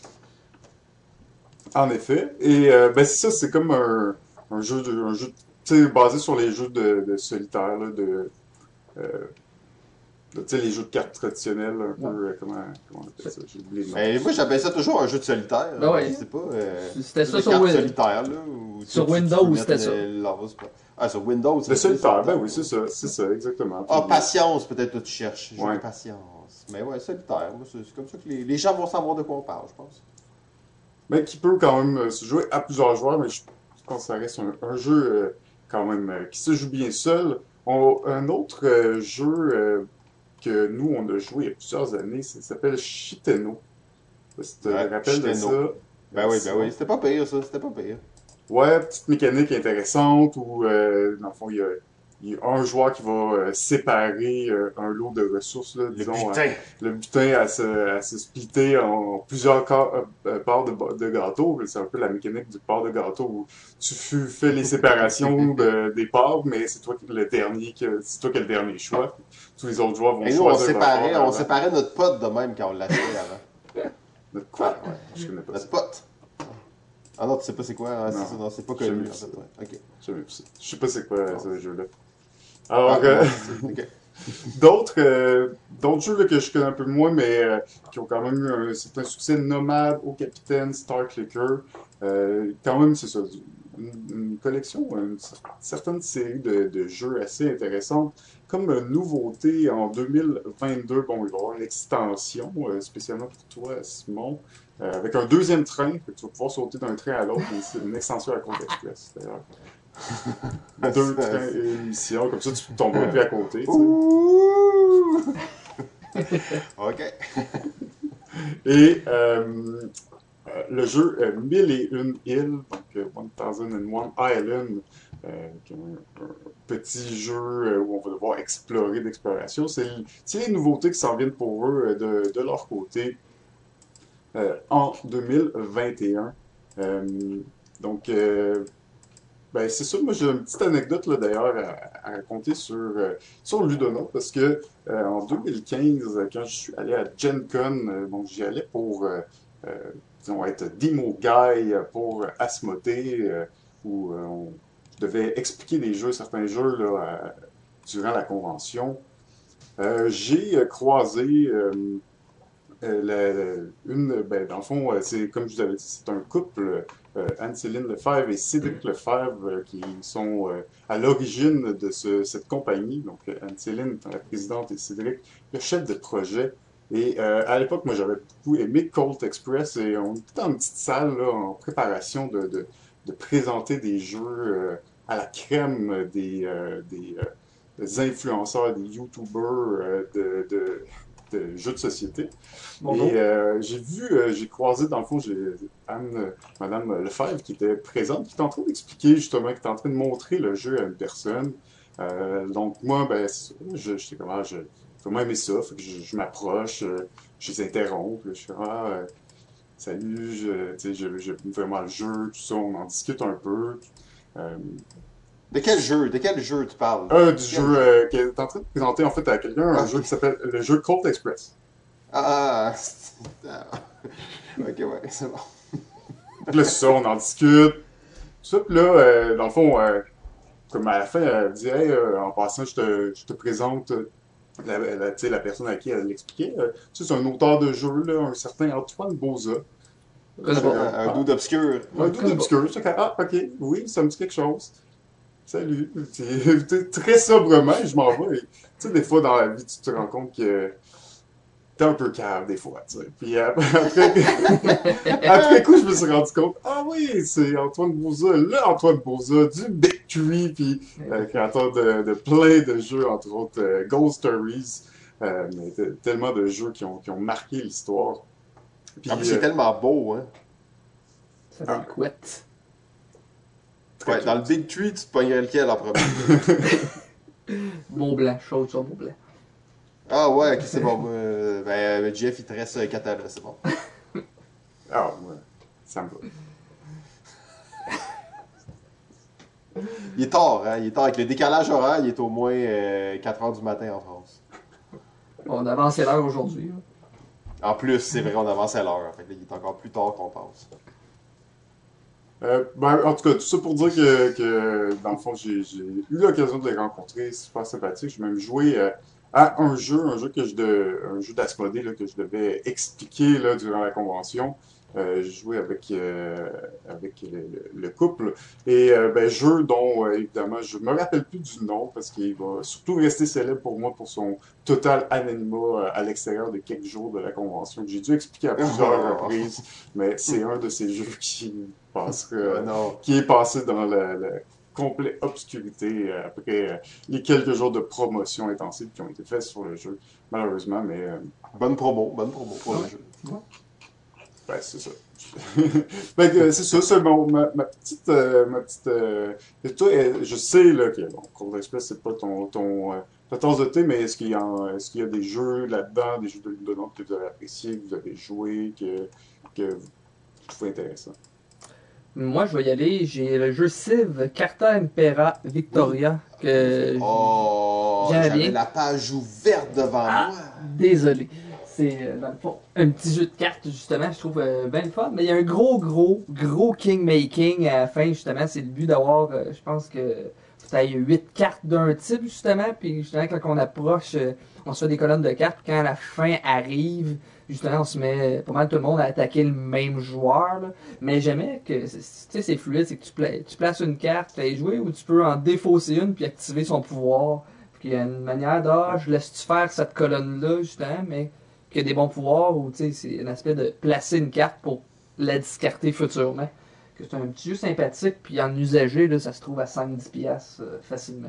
En effet. Et euh, ben c'est ça, c'est comme un, un jeu de, un jeu, tu sais, basé sur les jeux de, de solitaire, là, de, euh, de, tu sais, les jeux de cartes traditionnels, un peu,
Ouais.
euh, comment, comment on appelle ça? J'ai oublié le nom.
Mais moi, j'appelle ça toujours un jeu de solitaire.
Ben ouais.
C'est pas. Euh,
C'était
jeu
ça
de
sur
cartes
Win-
solitaire, là. Ou
sur
tu- tu- tu
Windows,
peux mettre
c'était ça.
le- l'or- c'est pas- Ah, sur Windows,
Le
c'est
solitaire, ben oui, c'est ça, c'est ça, exactement.
Ah,
Puis,
patience, peut-être que tu cherches. Jeu
Ouais.
de patience. Mais ouais, solitaire. Moi, c'est c'est comme ça que les, les gens vont savoir de quoi on parle, je pense.
Mais qui peut quand même euh, se jouer à plusieurs joueurs, mais je pense que ça reste un, un jeu euh, quand même euh, qui se joue bien seul. On- un autre euh, jeu euh, que nous, on a joué il y a plusieurs années, ça s'appelle Shiteno. Je sais pas si tu te
Ouais,
rappelles de
Shiteno.
ça.
Ben oui,
C'est-
ben oui. C'était pas pire, ça. C'était pas pire.
Ouais, petite mécanique intéressante où, euh, dans le fond, il y a, il y a un joueur qui va euh, séparer euh, un lot de ressources, là,
Le
disons,
butin.
le butin à se, à se splitter en plusieurs ca- euh, euh, parts de, ba- de gâteau. C'est un peu la mécanique du part de gâteau où tu fu- fais les séparations de- des parts, mais c'est toi qui le dernier, que- c'est toi qui as le dernier choix. Tous les autres joueurs vont
Et nous, on
choisir leur
séparait,
part
on
avant.
séparait notre pote de même quand on l'achetait avant.
Notre quoi?
Ouais, ouais.
Je connais pas ça.
Notre pote. Ah non, tu sais pas c'est quoi? Hein? C'est
Non.
ça, non, c'est pas
J'ai
connu,
vu
en
ça.
fait. Ouais. Ok.
Je sais même pas- je sais pas c'est quoi euh, ce jeu-là. Alors,
Ah,
euh,
ouais, c'est- ok.
d'autres euh, d'autres jeux là, que je connais un peu moins, mais euh, qui ont quand même eu un certain succès, Nomad, Au Capitaine, Star Clicker. Euh, quand même, c'est ça, une, une collection, une cer- certaine série de, de jeux assez intéressantes. Comme euh, nouveauté, en deux mille vingt-deux, bon, il va y avoir une extension, euh, spécialement pour toi, Simon, euh, avec un deuxième train, fait que tu vas pouvoir sauter d'un train à l'autre, mais c'est une extension à Compte Express, d'ailleurs. Deux trains et une mission, comme ça tu tomberas plus à côté. tu sais.
Ouh! Ok.
Et euh, euh, le jeu euh, Mille et une îles, donc euh, One Thousand and One Island, euh, qui est un, un petit jeu euh, où on va devoir explorer d'exploration. C'est c'est les nouveautés qui s'en viennent pour eux euh, de, de leur côté euh, en deux mille vingt et un. Euh, donc, euh, ben, c'est ça, moi j'ai une petite anecdote là, d'ailleurs à, à raconter sur, euh, sur Ludona, parce que euh, en deux mille quinze, quand je suis allé à Gen Con, euh, donc j'y allais pour euh, euh, disons, être demo guy pour Asmodée, euh, où euh, on, je devais expliquer des jeux, certains jeux là, à- durant la convention. Euh, j'ai euh, croisé euh, euh, la- la- une, ben, dans le fond, euh, c'est comme je vous avais dit, c'est un couple, euh, Anne-Céline Lefebvre et Cédric Lefebvre, euh, qui sont euh, à l'origine de ce- cette compagnie. Donc, euh, Anne-Céline étant la présidente et Cédric, le chef de projet. Et euh, à l'époque, moi, j'avais beaucoup aimé Colt Express et on était dans une petite salle là, en préparation de, de, de présenter des jeux euh, à la crème des, euh, des, euh, des influenceurs, des YouTubers euh, de, de, de jeux de société.
Bonjour.
Et euh, j'ai vu, euh, j'ai croisé dans le fond, j'ai Anne, euh, Madame Lefebvre qui était présente, qui était en train d'expliquer justement, qui était en train de montrer le jeu à une personne. Euh, donc moi, ben, c'est ça, je- j'étais comme, ah, je, j'ai vraiment aimé ça, fait que je, je m'approche, euh, je les interromps, puis je fais, ah, euh, salut, je, tu sais, je- j'aime vraiment le jeu, tout ça, on en discute un peu. Euh,
De quel jeu? De quel jeu tu parles?
un du jeu euh, qu'elle est en train de présenter en fait à quelqu'un, un
Ah.
jeu qui s'appelle le jeu Colt Express.
Ah, ah. Ok, ouais, c'est bon.
Puis là, c'est ça, on en discute. Tout ça, puis là, euh, dans le fond, euh, comme à la fin, elle dit, hey, euh, en passant, je te, je te présente euh, la, la, tu sais, la personne à qui elle l'expliquait. Euh, tu sais, c'est un auteur de jeu, là, un certain Antoine Boza.
Connais pas.
Un, un
Ah.
doute obscur.
Un doute obscur. J'étais comme, ah, ok, oui, ça me dit quelque chose. Salut. Tu sais, très sobrement, je m'en vais. Et, tu sais, des fois, dans la vie, tu te rends compte que t'es un peu cave, des fois, tu sais. Puis après, après, après coup, je me suis rendu compte, ah oui, c'est Antoine Boza, là, Antoine Boza, du Big Tree, puis euh, créateur de, de plein de jeux, entre autres euh, Ghost Stories, euh, mais de- tellement de jeux qui ont, qui ont marqué l'histoire. Puis,
En plus, c'est
euh,
tellement beau, hein.
Ça fait une couette.
très
Ouais, dans le Big Tree, tu te pognerais lequel en premier?
Mont Blanc, chose sur Mont Blanc.
Ah ouais, ok, c'est bon. Euh, ben, Jeff, il te reste euh, Katana, c'est bon.
Ah, ouais. Ça me va.
Il est tard, hein? Il est tard. Avec le décalage horaire, il est au moins euh, quatre heures du matin en France.
On avance l'heure aujourd'hui. Là.
En plus, c'est vrai, on avance à l'heure. Fait que là, il est encore plus tard qu'on pense.
Euh, ben, en tout cas, tout ça pour dire que, que dans le fond, j'ai j'ai eu l'occasion de les rencontrer, c'est super sympathique. J'ai même joué euh, à un jeu, un jeu que je de, un jeu d'Asmodée là, que je devais expliquer là, durant la convention. Euh, j'ai joué avec, euh, avec le, le- le couple. Et euh, ben, jeu dont, euh, évidemment, je me rappelle plus du nom parce qu'il va surtout rester célèbre pour moi pour son total anonymat euh, à l'extérieur de quelques jours de la convention que j'ai dû expliquer à plusieurs
Oh.
reprises. Mais c'est un de ces jeux qui passera,
Oh non.
qui est passé dans la, la complète obscurité euh, après euh, les quelques jours de promotion intensive qui ont été faits sur le jeu, malheureusement, mais euh,
Bonne promo, bonne promo pour le jeu.
ben, c'est ça. Ben, que, c'est ça, c'est mon, ma, ma petite... euh, ma petite euh, et toi, euh, je sais là, que bon, Cold Express, c'est pas ton, ton, euh, ta tasse de thé, mais est-ce qu'il y, a- est-ce qu'il y a des jeux là-dedans, des jeux de de nom que vous avez appréciés, que vous avez joué, que, que vous trouvez intéressant?
Moi, je vais y aller. J'ai le jeu Civ Carta Impera Victoria. Que
Oh,
J'aimais
j'avais
bien.
la page ouverte devant
Ah,
moi.
désolé. C'est, euh, dans le fond, un petit jeu de cartes, justement, je trouve euh, bien le fun. Mais il y a un gros, gros, gros king-making à la fin, justement. C'est le but d'avoir, euh, je pense que, il y a huit cartes d'un type, justement. Puis, justement, quand on approche, euh, on se fait des colonnes de cartes. Puis quand la fin arrive, justement, on se met pas mal tout le monde à attaquer le même joueur. Là. Mais j'aimais que, c'est- tu sais, c'est fluide. C'est que tu, pla- tu places une carte, tu l'as jouer, ou tu peux en défausser une puis activer son pouvoir. Puis il y a une manière de, ah, je laisse-tu faire cette colonne-là, justement, mais qui a des bons pouvoirs, ou tu sais, c'est un aspect de placer une carte pour la discarter futurement. Que c'est un petit jeu sympathique, puis en usagé, là, ça se trouve à cinq dix piastres euh, facilement.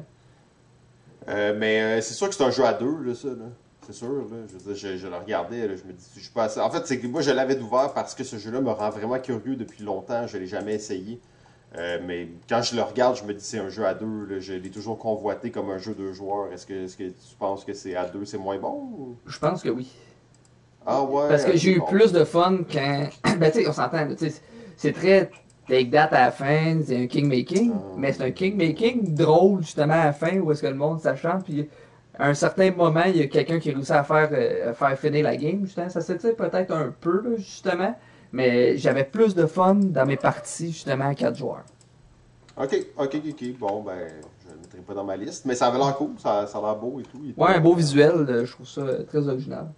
Euh, mais euh, c'est sûr que c'est un jeu à deux, là, ça. Là. C'est sûr, là. Je, veux dire, je, je le regardais, là, je me dis, je suis pas assez... En fait, c'est que moi, je l'avais ouvert parce que ce jeu-là me rend vraiment curieux depuis longtemps. Je l'ai jamais essayé. Euh, mais quand je le regarde, je me dis c'est un jeu à deux. Là. Je l'ai toujours convoité comme un jeu de joueurs. Est-ce que, est-ce que tu penses que c'est à deux, c'est moins bon? Ou...
Je pense que oui.
Ah ouais?
Parce que
ok,
j'ai eu
bon.
plus de fun quand. Ben, tu sais, on s'entend, là, tu sais, c'est très take that à la fin, c'est un king-making,
Ah.
mais c'est un king-making drôle, justement, à la fin, où est-ce que le monde s'achante, puis à un certain moment, il y a quelqu'un qui réussit à faire, euh, à faire finir la game, justement. Ça s'étire peut-être un peu, là, justement, mais j'avais plus de fun dans mes parties, justement, à quatre joueurs.
Ok, ok, ok, ok. Bon, ben, je ne le mettrai pas dans ma liste, mais ça avait l'air cool, ça, ça a l'air beau et tout. Il était-
Ouais, un beau visuel, euh, je trouve ça euh, très original.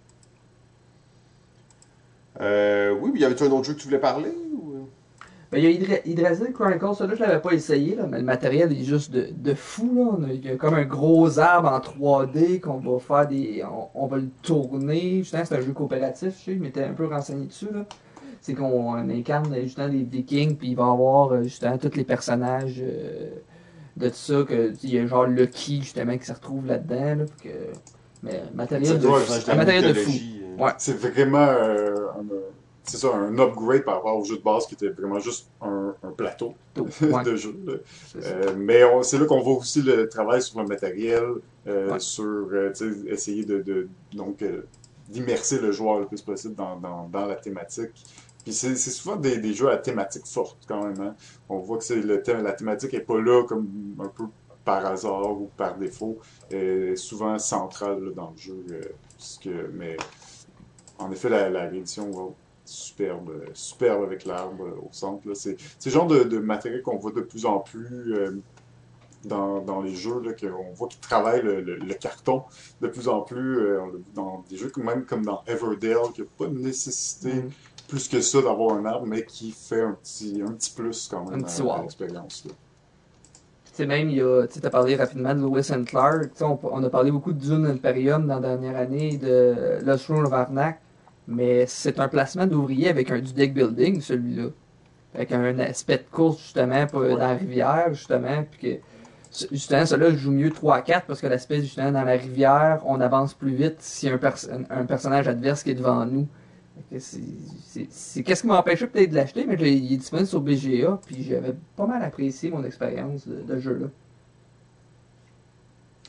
Euh, oui, mais y avait-tu un autre jeu que tu voulais parler? Ou...
Ben, il y a Hydra- Yggdrasil Chronicles, celui-là, je l'avais pas essayé, là, mais le matériel est juste de, de fou. Là. On a- il y a comme un gros arbre en trois D qu'on va faire des. On, on va le tourner. Justement, c'est un jeu coopératif, je sais, je m'étais un peu renseigné dessus. Là. C'est qu'on incarne justement des vikings, puis il va y avoir euh, justement tous les personnages euh, de tout ça. Que, il y a genre Lucky justement qui se retrouve là-dedans. Là, puis que, mais matériel
Ça
de,
doit
fou-
être
la
un matériel de fou.
mythologie, euh.
Ouais.
C'est vraiment euh, un, c'est ça, un upgrade par rapport au jeu de base qui était vraiment juste un, un plateau
Ouais,
de jeu. Là.
c'est ça.
Euh, mais on- c'est là qu'on voit aussi le travail sur le matériel, euh,
Ouais.
sur euh, tu sais, essayer de, de donc euh, d'immerser le joueur le plus possible dans, dans, dans la thématique. Puis c'est c'est souvent des, des jeux à thématique forte quand même. Hein. On voit que c'est le thème, la thématique est pas là comme un peu par hasard ou par défaut. Elle est souvent centrale là, dans le jeu. Euh, puisque, mais en effet, la, la réédition, wow, superbe, euh, superbe avec l'arbre euh, au centre. là. C'est c'est le genre de, de matériel qu'on voit de plus en plus euh, dans, dans les jeux, là, qu'on voit qu'ils travaillent le, le- le carton de plus en plus. euh, on l'a vu dans des jeux comme- même comme dans Everdell, qui n'a pas de nécessité
Mm.
plus que ça d'avoir un arbre, mais qui fait un petit, un petit plus quand même
Un petit
à,
wow.
à l'expérience. là.
Tu sais, même, il y a, tu as parlé rapidement de Lewis and Clark. Tu sais, On, on a parlé beaucoup de Dune Imperium dans la dernière année, de Lost Throne of Arnak. Mais c'est un placement d'ouvrier avec un du deck building, celui-là. Avec un aspect de course, justement, pas-
Ouais.
dans la rivière, justement. Puis que, justement, celui-là joue mieux trois à quatre parce que l'aspect, justement, dans la rivière, on avance plus vite s'il y a un, perso- un personnage adverse qui est devant nous. Fait que c'est- c'est c'est qu'est-ce qui m'a empêché peut-être de l'acheter, mais je l'ai- il est disponible sur B G A, puis j'avais pas mal apprécié mon expérience de, de jeu-là.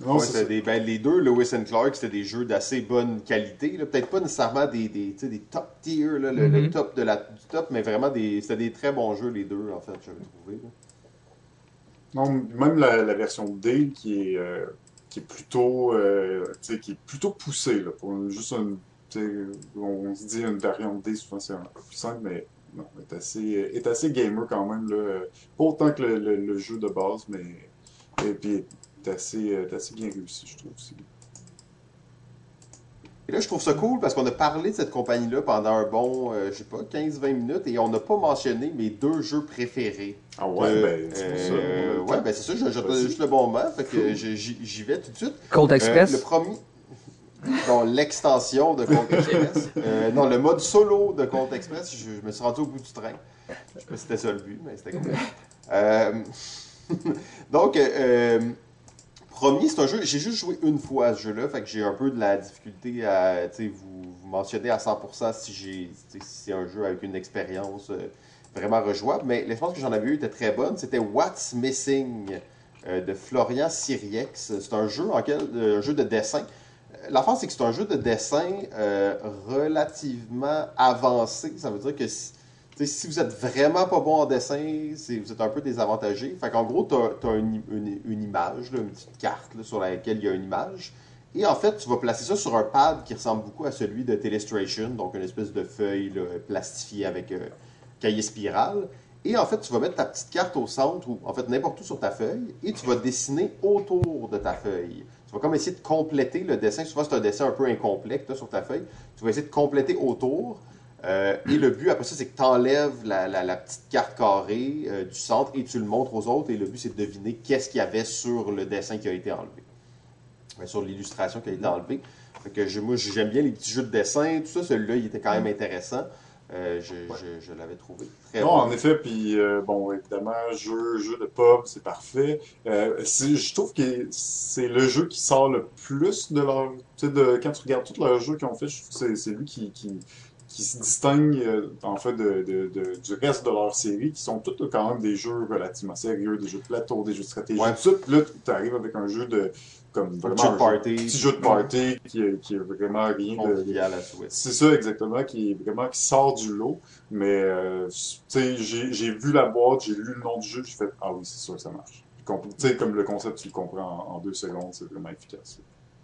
Non,
Ouais,
c'est
c'était
ça.
des, ben, les deux, Lewis and Clark, c'était des jeux d'assez bonne qualité. là. Peut-être pas nécessairement des, des, tu sais, des top tier, là, le, le
Mhm.
top de la, du top, mais vraiment des, c'était des très bons jeux, les deux, en fait, j'avais trouvé. là.
Non, même la, la version D qui est, euh, qui est plutôt, euh, tu sais, qui est plutôt poussée, là, pour une- juste une, tu sais, on se dit une variante D, souvent c'est un peu plus simple, mais non, est assez, est assez gamer quand même, là. euh, Pas autant que le, le- le jeu de base, mais, et puis est assez, euh, est assez bien réussi, je trouve aussi.
Et là, je trouve ça cool parce qu'on a parlé de cette compagnie-là pendant un bon, euh, je sais pas, quinze vingt minutes et on n'a pas mentionné mes deux jeux préférés.
Ah ouais,
Que,
ben, c'est pour ça, on a
euh,
le
ouais,
temps.
ben c'est ça, j'ai j'attendais
Vas-y.
juste le bon moment, fait que
Cool.
je- j'y j'y vais tout de suite.
Cold
Euh,
Express.
le premier, dans l'extension de Colt Express. Euh, non, le mode solo de Colt Express, je, je me suis rendu au bout du train. Je sais pas si c'était ça le but, mais c'était cool. Euh, donc, euh, premier, c'est un jeu, j'ai juste joué une fois à ce jeu-là, fait que j'ai un peu de la difficulté à, tu sais, vous, vous mentionner à cent pour cent si j'ai, tu sais, si c'est un jeu avec une expérience euh, vraiment rejouable, mais l'expérience que j'en avais eue était très bonne. C'était What's Missing euh, de Florian Siriex. C'est un jeu en quel, euh, un jeu de dessin. L'affaire, c'est que c'est un jeu de dessin euh, relativement avancé. Ça veut dire que si, tu sais, si vous êtes vraiment pas bon en dessin, c'est- vous êtes un peu désavantagé. Fait qu'en gros, tu as, une, une- une image, là, une petite carte là, sur laquelle il y a une image. Et en fait, tu vas placer ça sur un pad qui ressemble beaucoup à celui de Telestration, donc une espèce de feuille là, plastifiée avec euh, cahier spirale. Et en fait, tu vas mettre ta petite carte au centre, ou en fait n'importe où sur ta feuille, et tu vas dessiner autour de ta feuille. Tu vas comme essayer de compléter le dessin. Souvent, c'est un dessin un peu incomplet que tu as sur ta feuille. Tu vas essayer de compléter autour. Euh, et le but, après ça, c'est que tu enlèves la, la- la petite carte carrée euh, du centre et tu le montres aux autres. Et le but, c'est de deviner qu'est-ce qu'il y avait sur le dessin qui a été enlevé. Ouais, sur l'illustration qui a été enlevée. Fait que je- moi, j'aime bien les petits jeux de dessin, tout ça. Celui-là, il était quand même intéressant. Euh, je
Ouais.
je- je l'avais trouvé très
Non,
bon.
en effet, puis euh, bon, évidemment, jeu, jeu de pub, c'est parfait. Euh, c'est- je trouve que c'est le jeu qui sort le plus de leur... Tu sais, de, quand tu regardes tous leurs jeux qu'ils ont fait, je trouve que c'est c'est lui qui, qui, qui se distingue, euh, en fait, de, de, de- du reste de leur série, qui sont tous quand même des jeux relativement sérieux, des jeux de plateau, des jeux de stratégie,
Ouais.
tout ça. Puis là, tu arrives avec un jeu de... comme
Un
vraiment
petit jeu
un
de
jeu-
party.
petit jeu de party qui, est- qui est vraiment rien de... de-
Convivial à souhait.
C'est ça exactement, qui est vraiment qui sort du lot. Mais, euh, tu sais, j'ai j'ai vu la boîte, j'ai lu le nom du jeu, j'ai fait, ah oui, c'est sûr que ça marche. Tu comp- tu sais, comme le concept, tu le comprends en, en deux secondes, c'est vraiment efficace.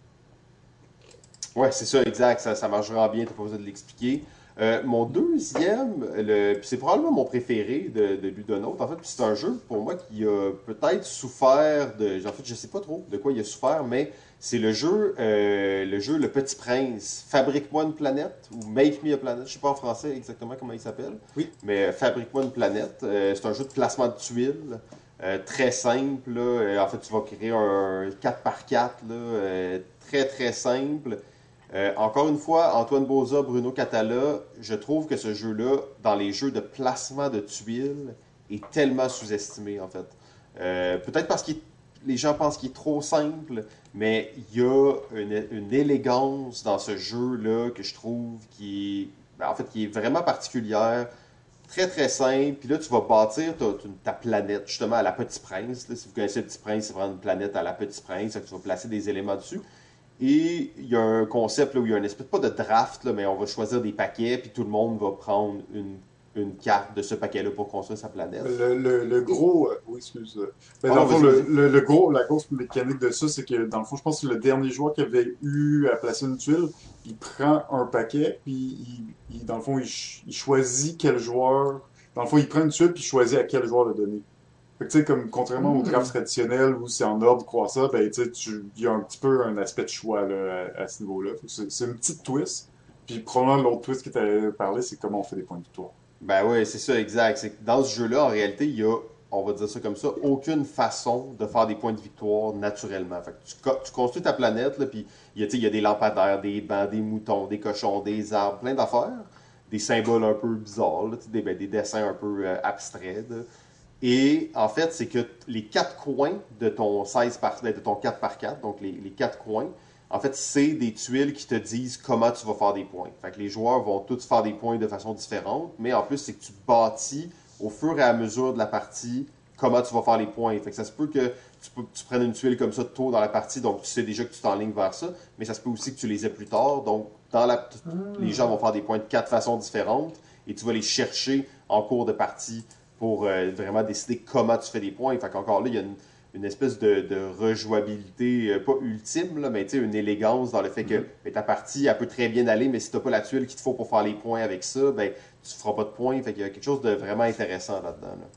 Ouais, c'est ça, exact. Ça, ça marche vraiment bien, t'as pas besoin de l'expliquer. Euh, mon deuxième, le, puis c'est probablement mon préféré de, de Ludonote. En fait, puis c'est un jeu pour moi qui a peut-être souffert de. En fait, je sais pas trop de quoi il a souffert, mais c'est le jeu, euh, le jeu Le Petit Prince. Fabrique-moi une planète ou Make Me a Planet. Je sais pas en français exactement comment il s'appelle.
Oui.
Mais euh, Fabrique-moi une planète. Euh, c'est un jeu de placement de tuiles. euh, très simple. Là. Euh, En fait, tu vas créer un quatre par quatre. Là, euh, très très simple. Euh, encore une fois, Antoine Boza, Bruno Catala, je trouve que ce jeu-là, dans les jeux de placement de tuiles, est tellement sous-estimé, en fait. Euh, peut-être parce que les gens pensent qu'il est trop simple, mais il y a une, une élégance dans ce jeu-là que je trouve qui est, ben, en fait, qui est vraiment particulière, très très simple. Puis là, tu vas bâtir ta, ta planète, justement, à la Petit Prince. Là. Si vous connaissez le Petit Prince, c'est vraiment une planète à la Petit Prince, donc tu vas placer des éléments dessus. Et il y a un concept là, où il y a un espèce, pas de draft, là, mais on va choisir des paquets, puis tout le monde va prendre une, une carte de ce paquet-là pour construire sa planète.
Le, le, le gros, euh, oui, excuse. euh, Mais
Ah
dans
non,
le fond,
vas-y,
le,
vas-y.
le, le gros, la grosse mécanique de ça, c'est que dans le fond, je pense que le dernier joueur qui avait eu à placer une tuile, il prend un paquet, puis il, il- dans le fond, il, ch- il choisit quel joueur. Dans le fond, il prend une tuile, puis il choisit à quel joueur le donner. Fait que, tu sais, comme contrairement au draft
Mm.
traditionnel où c'est en ordre croissant, ben, tu sais, tu- il y a un petit peu un aspect de choix là, à, à ce niveau-là. Fait que C'est c'est une petite twist. Puis probablement l'autre twist que tu avais parlé, c'est comment on fait des points de victoire.
Ben oui, c'est ça, exact. C'est que dans ce jeu-là, en réalité, il y a, on va dire ça comme ça, aucune façon de faire des points de victoire naturellement. Fait que tu, co- tu construis ta planète, là, puis il y a, tu sais, il y a des lampadaires, des bancs, des moutons, des cochons, des arbres, plein d'affaires, des symboles un peu bizarres, là, tu sais, des, ben, des dessins un peu euh, abstraits. Là. Et en fait, c'est que les quatre coins de ton seize par, de ton quatre par quatre, donc les, les quatre coins, en fait, c'est des tuiles qui te disent comment tu vas faire des points. Fait que les joueurs vont tous faire des points de façon différente, mais en plus, c'est que tu bâtis au fur et à mesure de la partie comment tu vas faire les points. Fait que ça se peut que tu, peux, tu prennes une tuile comme ça tôt dans la partie, donc tu sais déjà que tu t'enlignes vers ça, mais ça se peut aussi que tu les aies plus tard. Donc, dans la, les gens vont faire des points de quatre façons différentes et tu vas les chercher en cours de partie pour euh, vraiment décider comment tu fais des points. Fait qu'encore là, il y a une, une espèce de, de rejouabilité, euh, pas ultime, là, mais une élégance dans le fait que mm-hmm. ben, ta partie, elle peut très bien aller, mais si tu n'as pas la tuile qu'il te faut pour faire les points avec ça, ben, tu ne feras pas de points. Fait qu'il y a quelque chose de vraiment intéressant là-dedans. Là.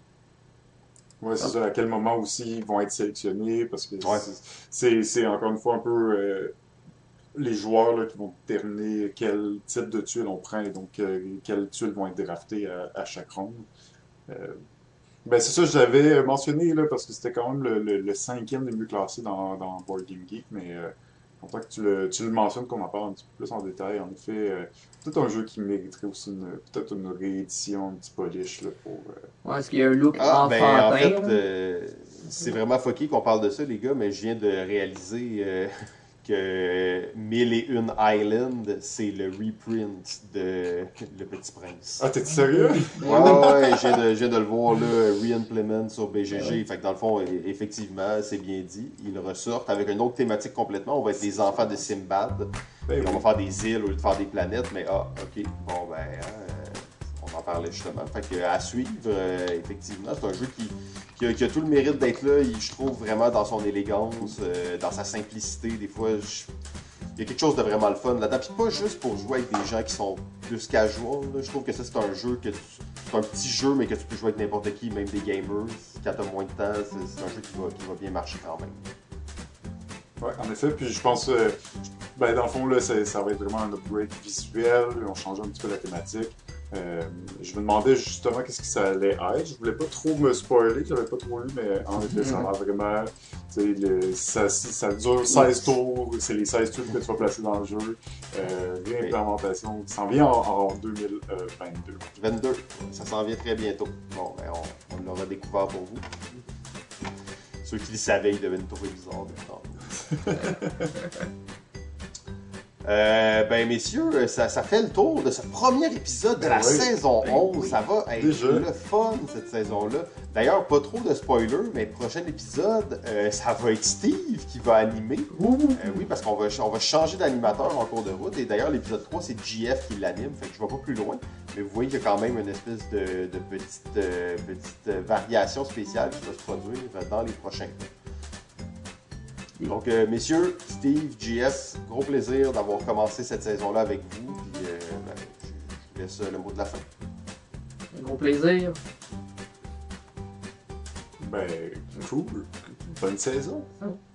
Oui, c'est ah. ça. À quel moment aussi ils vont être sélectionnés, parce que
ouais.
c'est encore une fois un peu euh, les joueurs là, qui vont déterminer quel type de tuile on prend et donc euh, quelles tuiles vont être draftées à, à chaque ronde. Euh, ben c'est ça, je l'avais mentionné là, parce que c'était quand même le, le, le cinquième des mieux classés dans, dans Board Game Geek, mais euh, content que tu le, tu le mentionnes, qu'on en parle un petit peu plus en détail. En effet, euh, peut-être un jeu qui mériterait aussi peut-être une réédition, un petit polish là, pour. Euh...
Ouais, est-ce qu'il y a un look
ah,
enfantin?
Ben, en fait, euh, c'est vraiment fucké qu'on parle de ça, les gars, mais je viens de réaliser euh, que Mille et Une Island, c'est le reprint de Le Petit Prince.
Ah, t'es sérieux?
Ouais, ouais, je viens, de, je viens de le voir, là, re-implement sur B G G. Ouais. Fait que dans le fond, effectivement, c'est bien dit. Ils ressortent avec une autre thématique complètement. On va être des enfants de Simbad. Ben, et oui. On va faire des îles au lieu de faire des planètes. Mais ah, ok, bon, ben, hein, on en parlait justement. Fait que à suivre, euh, effectivement, c'est un jeu qui, qui, a, qui a tout le mérite d'être là. Il, je trouve vraiment dans son élégance, euh, dans sa simplicité. Des fois, je... il y a quelque chose de vraiment le fun là-dedans. Puis pas juste pour jouer avec des gens qui sont plus casual. Là. Je trouve que ça, c'est un jeu que tu... c'est un petit jeu, mais que tu peux jouer avec n'importe qui, même des gamers. Quand tu as moins de temps, c'est un jeu qui va, qui va bien marcher quand même.
Ouais, en effet. Puis je pense, euh, ben, dans le fond, là, ça va être vraiment un upgrade visuel. On change un petit peu la thématique. Euh, je me demandais justement qu'est-ce que ça allait être. Je voulais pas trop me spoiler, j'avais pas trop lu, mais en effet, ça a l'air vraiment. Le, ça, ça dure seize tours, c'est les seize tours que tu vas placer dans le jeu. Euh, réimplémentation qui s'en vient en, en deux mille vingt-deux.
vingt-deux, ça s'en vient très bientôt. Bon, ben on, on l'aura découvert pour vous. Ceux qui le savaient, ils devaient nous trouver bizarre de Euh, ben messieurs, ça, ça fait le tour de ce premier épisode de la oui. saison onze. Oui. Ça va être Déjà. le fun cette saison-là. D'ailleurs, pas trop de spoilers, mais prochain épisode, euh, ça va être Steve qui va animer. Euh, oui, parce qu'on va, on va changer d'animateur en cours de route. Et d'ailleurs, l'épisode trois, c'est J F qui l'anime, fait que je ne vais pas plus loin. Mais vous voyez qu'il y a quand même une espèce de, de petite, euh, petite variation spéciale qui va se produire dans les prochains temps. Donc, euh, messieurs, Steve, J S, gros plaisir d'avoir commencé cette saison-là avec vous. Puis, euh, ben, je vous laisse le mot de la fin.
Un gros plaisir.
Ben, cool. Bonne saison.
Ah.